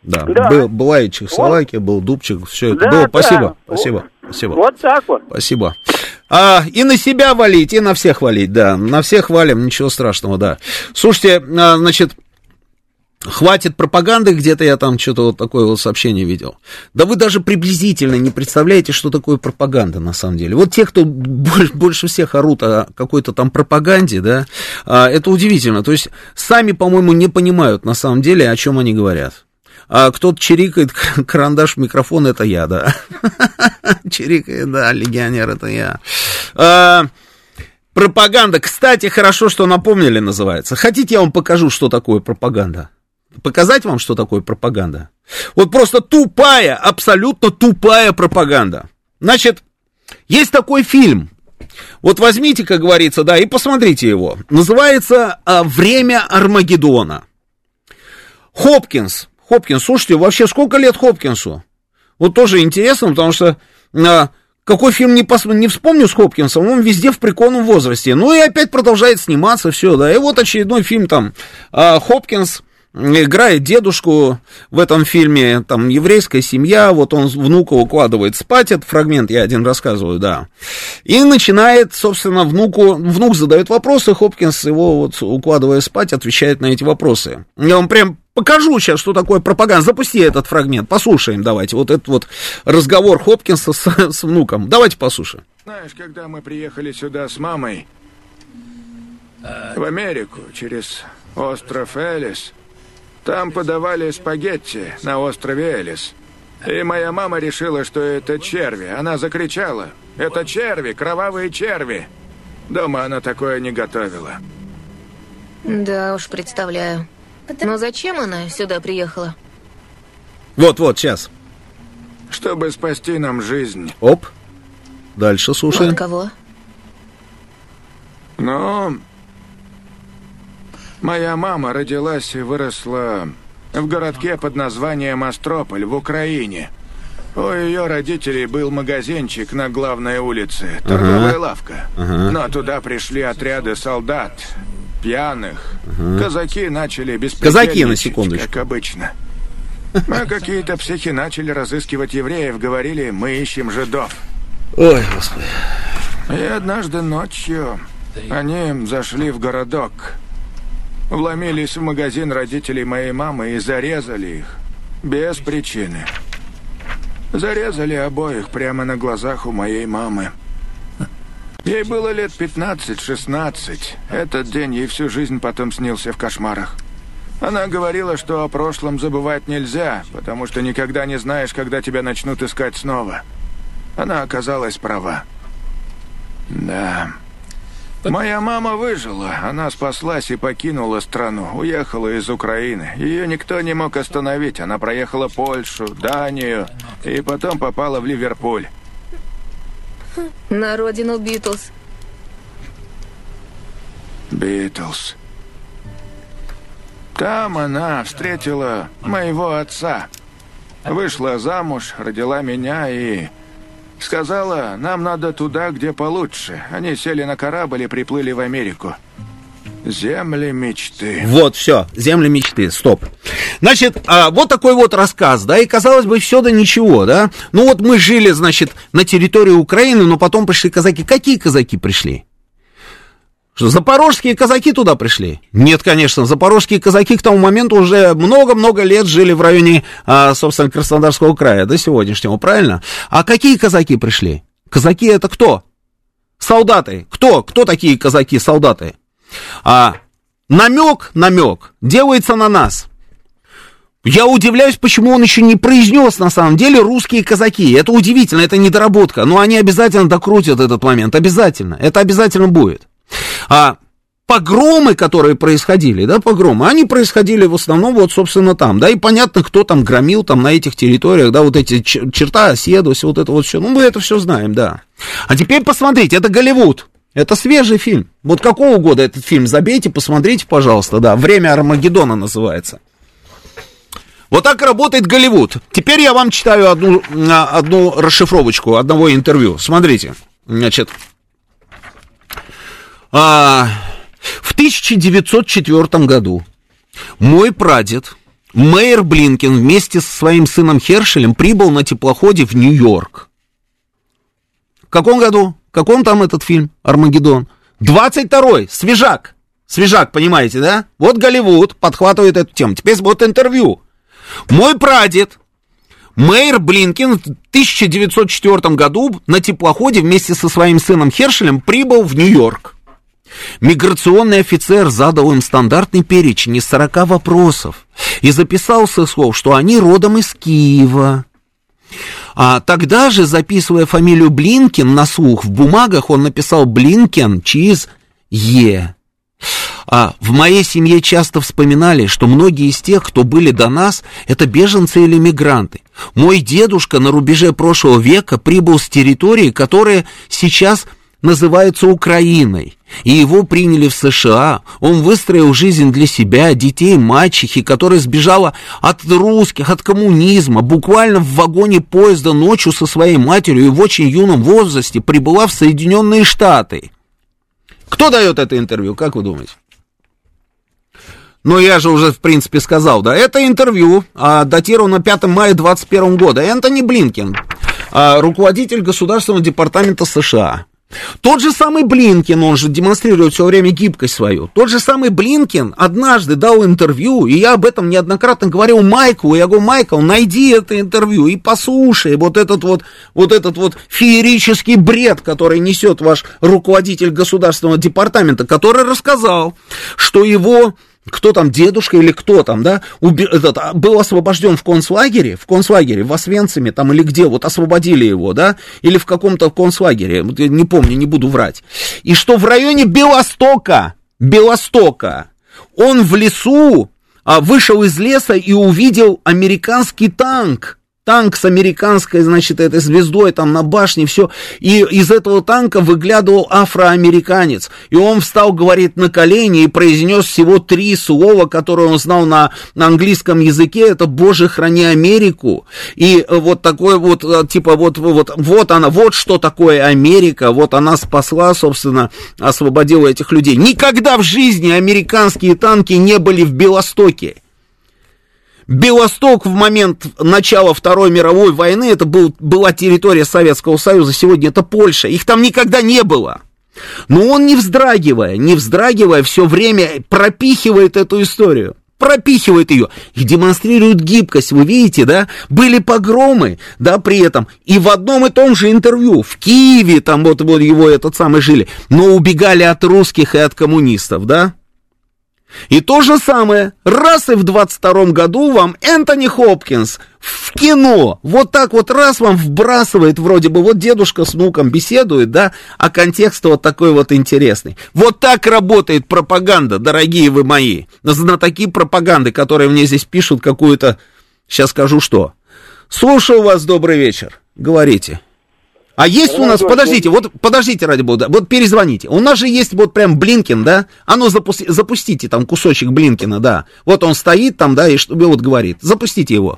Да. Да. Была и Чехословакия, был Дубчик, все это Да, было. да. Спасибо. Вот так вот. Спасибо. И на себя валить, и на всех валить, да. На всех валим, ничего страшного, да. Слушайте, значит, хватит пропаганды, где-то я там что-то вот такое вот сообщение видел. Да вы даже приблизительно не представляете, что такое пропаганда на самом деле. Вот те, кто больше всех орут о какой-то там пропаганде, да, это удивительно. То есть сами, по-моему, не понимают на самом деле, о чем они говорят. А кто-то чирикает, карандаш в микрофон, это я, да. Чирикает, да, легионер, это я. Пропаганда, кстати, хорошо, что напомнили, называется. Хотите, я вам покажу, что такое пропаганда? Показать вам, что такое пропаганда? Вот просто тупая, абсолютно тупая пропаганда. Значит, есть такой фильм. Вот возьмите, как говорится, да, и посмотрите его. Называется «Время Армагеддона». Хопкинс, слушайте, вообще сколько лет Хопкинсу? Вот тоже интересно, потому что какой фильм не вспомню с Хопкинсом, он везде в преклонном возрасте. Ну и опять продолжает сниматься, все, да. И вот очередной фильм там, Хопкинс играет дедушку в этом фильме, там еврейская семья, вот он внука укладывает спать, этот фрагмент я один рассказываю, да. И начинает, собственно, внук задает вопросы, Хопкинс его вот укладывая спать, отвечает на эти вопросы. Я вам прям покажу сейчас, что такое пропаганда. Запусти этот фрагмент, послушаем давайте. Вот этот вот разговор Хопкинса с внуком. Давайте послушаем. Знаешь, когда мы приехали сюда с мамой в Америку через остров Элис, там подавали спагетти на острове Элис. И моя мама решила, что это черви. Она закричала: «Это черви, кровавые черви!» Дома она такое не готовила. Да уж, представляю. Но зачем она сюда приехала? Вот, сейчас. Чтобы спасти нам жизнь. Оп. Дальше слушаем. От кого? Ну, моя мама родилась и выросла в городке под названием Астрополь в Украине. У ее родителей был магазинчик на главной улице, торговая лавка. Но туда пришли отряды солдат, пьяных. Казаки начали Казаки, на секундочку. как обычно. А какие-то психи начали разыскивать евреев, говорили: «Мы ищем жидов». Ой, Господи. И однажды ночью они зашли в городок, вломились в магазин родителей моей мамы и зарезали их без причины. Зарезали обоих прямо на глазах у моей мамы. Ей было лет 15-16. Этот день ей всю жизнь потом снился в кошмарах. Она говорила, что о прошлом забывать нельзя, потому что никогда не знаешь, когда тебя начнут искать снова. Она оказалась права. Да. Моя мама выжила. Она спаслась и покинула страну. Уехала из Украины. Ее никто не мог остановить. Она проехала Польшу, Данию и потом попала в Ливерпуль. На родину Битлз. Битлз. Там она встретила моего отца. Вышла замуж, родила меня и сказала: нам надо туда, где получше. Они сели на корабль и приплыли в Америку. Земли мечты. Вот, все, земли мечты, стоп. Значит, вот такой вот рассказ, да, и казалось бы, все да ничего, да. Ну вот мы жили, значит, на территории Украины, но потом пришли казаки. Какие казаки пришли? Что, запорожские казаки туда пришли? Нет, конечно, запорожские казаки к тому моменту уже много-много лет жили в районе, собственно, Краснодарского края до сегодняшнего, правильно? А какие казаки пришли? Казаки это кто? Солдаты. Кто такие казаки-солдаты? Намек делается на нас. Я удивляюсь, почему он еще не произнес, на самом деле, русские казаки. Это удивительно, это недоработка. Но они обязательно докрутят этот момент, обязательно. Это обязательно будет. Погромы, которые происходили, да, они происходили в основном вот, собственно, там, да, и понятно, кто там громил там на этих территориях, да, вот эти черта, оседлость, вот это вот все, ну, мы это все знаем, да. А теперь посмотрите, это Голливуд, это свежий фильм, вот какого года этот фильм, забейте, посмотрите, пожалуйста, да, «Время Армагеддона» называется. Вот так работает Голливуд. Теперь я вам читаю одну расшифровочку одного интервью, смотрите, значит... В 1904 году мой прадед Мэйр Блинкен вместе со своим сыном Хершелем прибыл на теплоходе в Нью-Йорк. В каком году? В каком там этот фильм «Армагеддон»? 22-й, свежак. Свежак, понимаете, да? Вот Голливуд подхватывает эту тему. Теперь вот интервью. Мой прадед Мэйр Блинкен в 1904 году на теплоходе вместе со своим сыном Хершелем прибыл в Нью-Йорк. Миграционный офицер задал им стандартный перечень из 40 вопросов и записал со слов, что они родом из Киева. А тогда же, записывая фамилию Блинкен на слух, в бумагах он написал Блинкен через «Е». А в моей семье часто вспоминали, что многие из тех, кто были до нас, это беженцы или мигранты. Мой дедушка на рубеже прошлого века прибыл с территории, которая сейчас называется Украиной, и его приняли в США. Он выстроил жизнь для себя, детей, мачехи, которая сбежала от русских, от коммунизма, буквально в вагоне поезда ночью со своей матерью и в очень юном возрасте прибыла в Соединенные Штаты. Кто дает это интервью, как вы думаете? Ну, я же уже, в принципе, сказал, да, это интервью датировано 5 мая 2021 года. Энтони Блинкен, руководитель Государственного департамента США. Тот же самый Блинкен, он же демонстрирует все время гибкость свою. Тот же самый Блинкен однажды дал интервью, и я об этом неоднократно говорил Майклу. Я говорю: Майкл, найди это интервью и послушай вот этот вот феерический бред, который несет ваш руководитель Государственного департамента, который рассказал, что его... Кто там, дедушка или кто там, да, был освобожден в концлагере, в Освенциме там или где, вот освободили его, да, или в каком-то концлагере, не помню, не буду врать. И что в районе Белостока, он в лесу вышел из леса и увидел американский танк с американской, значит, этой звездой там на башне, все, и из этого танка выглядывал афроамериканец, и он встал, говорит, на колени и произнес всего 3 слова, которые он знал на английском языке, это «Боже, храни Америку», и вот такой вот, типа, вот она, вот что такое Америка, вот она спасла, собственно, освободила этих людей. Никогда в жизни американские танки не были в Белостоке. Белосток в момент начала Второй мировой войны, это была территория Советского Союза, сегодня это Польша, их там никогда не было. Но он, не вздрагивая, все время пропихивает эту историю, пропихивает ее и демонстрирует гибкость, вы видите, да, были погромы, да, при этом, и в одном и том же интервью, в Киеве, там вот его этот самый жили, но убегали от русских и от коммунистов, да. И то же самое, раз и в 22-м году вам Энтони Хопкинс в кино вот так вот раз вам вбрасывает, вроде бы вот дедушка с внуком беседует, да, а контекст вот такой вот интересный. Вот так работает пропаганда, дорогие вы мои. Знатоки пропаганды, которые мне здесь пишут какую-то, сейчас скажу что. Слушаю вас, добрый вечер, говорите. А есть у нас, подождите, ради бога, вот перезвоните. У нас же есть вот прям Блинкен, да? А ну запустите там кусочек Блинкена, да. Вот он стоит там, да, и вот говорит. Запустите его.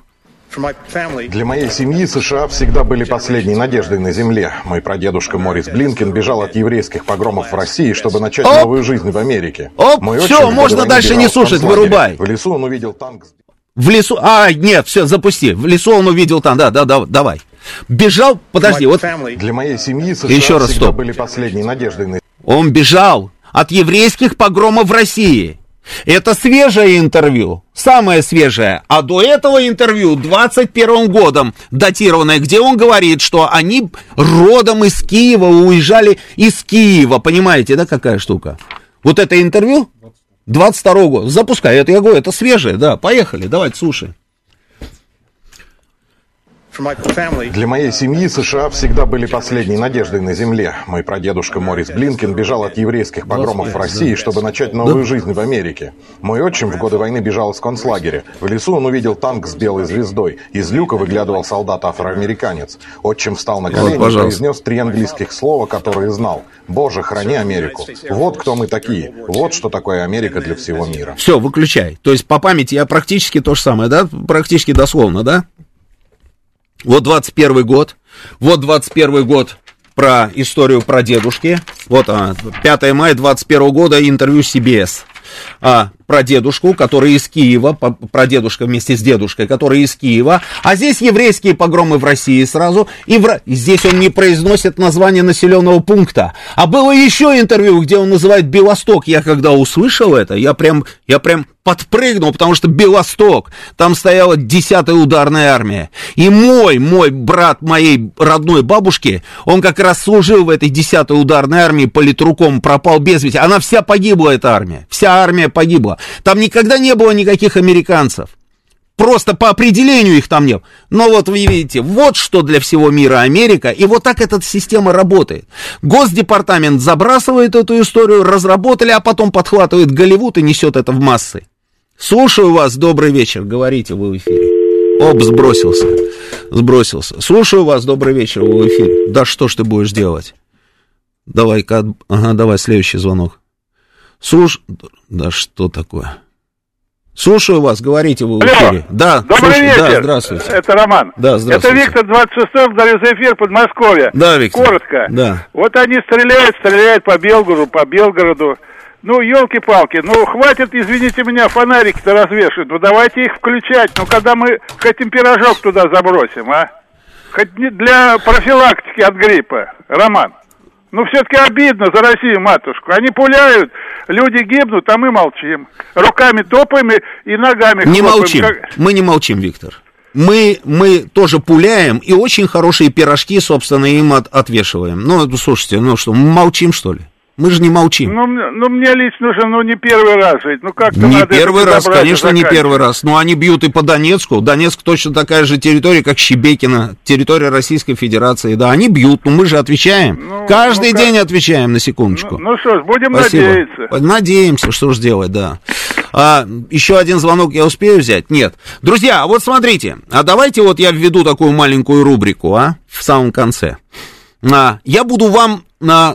Для моей семьи США всегда были последней надеждой на земле. Мой прадедушка Морис Блинкен бежал от еврейских погромов в России, чтобы начать новую жизнь в Америке. Все, можно дальше не слушать, вырубай. В лесу он увидел танк. В лесу, нет, все, запусти. В лесу он увидел танк, да, давай. Бежал, подожди, вот. Для моей семьи США еще раз, всегда были последней надеждой на... Он бежал от еврейских погромов в России. Это свежее интервью, самое свежее. А до этого интервью 21 годом датированное, где он говорит, что они родом из Киева, уезжали из Киева. Понимаете, да, какая штука? Вот это интервью 22 года. Запускай, это я говорю, это свежее, да, поехали, давайте, слушай. Для моей семьи США всегда были последней надеждой на земле. Мой прадедушка Морис Блинкен бежал от еврейских погромов в России, чтобы начать новую жизнь в Америке. Мой отчим в годы войны бежал из концлагеря. В лесу он увидел танк с белой звездой. Из люка выглядывал солдат-афроамериканец. Отчим встал на колени и произнес 3 английских слова, которые знал. «Боже, храни Америку». Вот кто мы такие. Вот что такое Америка для всего мира. Все, выключай. То есть по памяти я практически то же самое, да? Практически дословно, да? Вот 21 год, про историю про дедушки, вот 5 мая 21 года, интервью CBS. прадедушку, который из Киева, прадедушка вместе с дедушкой, который из Киева, а здесь еврейские погромы в России сразу, и здесь он не произносит название населенного пункта. А было еще интервью, где он называет Белосток. Я когда услышал это, я прям подпрыгнул, потому что Белосток, там стояла 10-я ударная армия. И мой брат моей родной бабушки, он как раз служил в этой 10-й ударной армии политруком, пропал без вести. Она вся погибла, эта армия. Вся армия погибла. Там никогда не было никаких американцев. Просто по определению их там нет. Но вот вы видите, вот что для всего мира Америка, и вот так эта система работает. Госдепартамент забрасывает эту историю, разработали, а потом подхватывает Голливуд и несет это в массы. Слушаю вас, добрый вечер, говорите, вы в эфире. Сбросился. Слушаю вас, добрый вечер, вы в эфире. Да что ж ты будешь делать? Давай следующий звонок. Да что такое? Слушаю вас, говорите, вы в эфире. Да, добрый вечер. Да, здравствуйте. Это Роман. Да, здравствуйте. Это Виктор, 26-й, говорю за эфир, Подмосковье. Да, Виктор. Коротко. Да. Вот они стреляют по Белгороду. Ну, елки-палки, хватит, извините меня, фонарики-то развешивать. Ну, давайте их включать. Ну, когда мы хотим пирожок туда забросим, а? Хоть не для профилактики от гриппа. Роман. Ну, все-таки обидно за Россию, матушку. Они пуляют, люди гибнут, а мы молчим. Руками топаем и ногами хлопаем. Не молчим. Мы не молчим, Виктор. Мы тоже пуляем и очень хорошие пирожки, собственно, им отвешиваем. Ну, слушайте, мы молчим, что ли? Мы же не молчим. Ну, мне лично уже, не первый раз жить. Ну, как-то не надо первый раз, конечно, не первый раз. Но они бьют и по Донецку. Донецк точно такая же территория, как Шебекино, территория Российской Федерации. Да, они бьют, но мы же отвечаем. Каждый день отвечаем, на секундочку. Ну что ж, будем Спасибо. надеяться. Надеемся, что ж делать, да. Еще один звонок я успею взять? Нет. Друзья, вот смотрите, давайте вот я введу такую маленькую рубрику, в самом конце. Я буду вам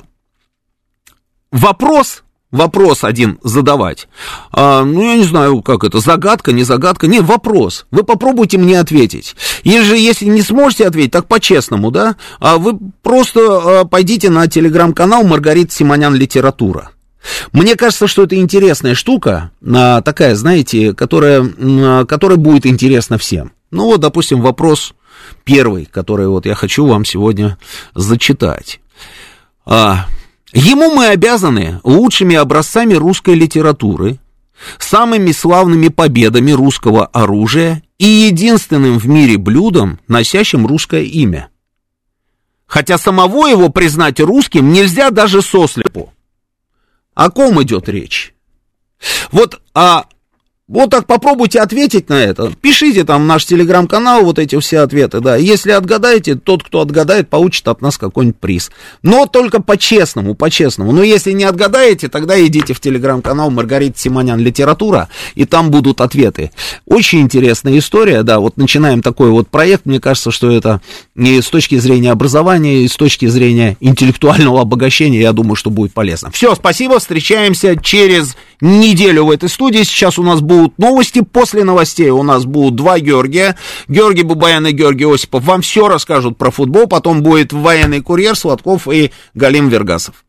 вопрос один задавать. Я не знаю, как это, загадка, не загадка. Нет, вопрос. Вы попробуйте мне ответить. Если не сможете ответить, так по-честному, да? Вы просто пойдите на телеграм-канал Маргарита Симонян «Литература». Мне кажется, что это интересная штука, такая, знаете, которая будет интересна всем. Ну вот, допустим, вопрос первый, который вот я хочу вам сегодня зачитать. Ему мы обязаны лучшими образцами русской литературы, самыми славными победами русского оружия и единственным в мире блюдом, носящим русское имя. Хотя самого его признать русским нельзя даже сослепу. О ком идет речь? Вот так попробуйте ответить на это. Пишите там в наш телеграм-канал вот эти все ответы, да. Если отгадаете, тот, кто отгадает, получит от нас какой-нибудь приз. Но только по-честному. Но если не отгадаете, тогда идите в телеграм-канал Маргарита Симонян «Литература», и там будут ответы. Очень интересная история, да, вот начинаем такой вот проект. Мне кажется, что это и с точки зрения образования, и с точки зрения интеллектуального обогащения, я думаю, что будет полезно. Все, спасибо, встречаемся через неделю в этой студии. Сейчас у нас будут новости, после новостей у нас будут два Георгия, Георгий Бабаян и Георгий Осипов, вам все расскажут про футбол, потом будет военный курьер Сладков и Галим Вергасов.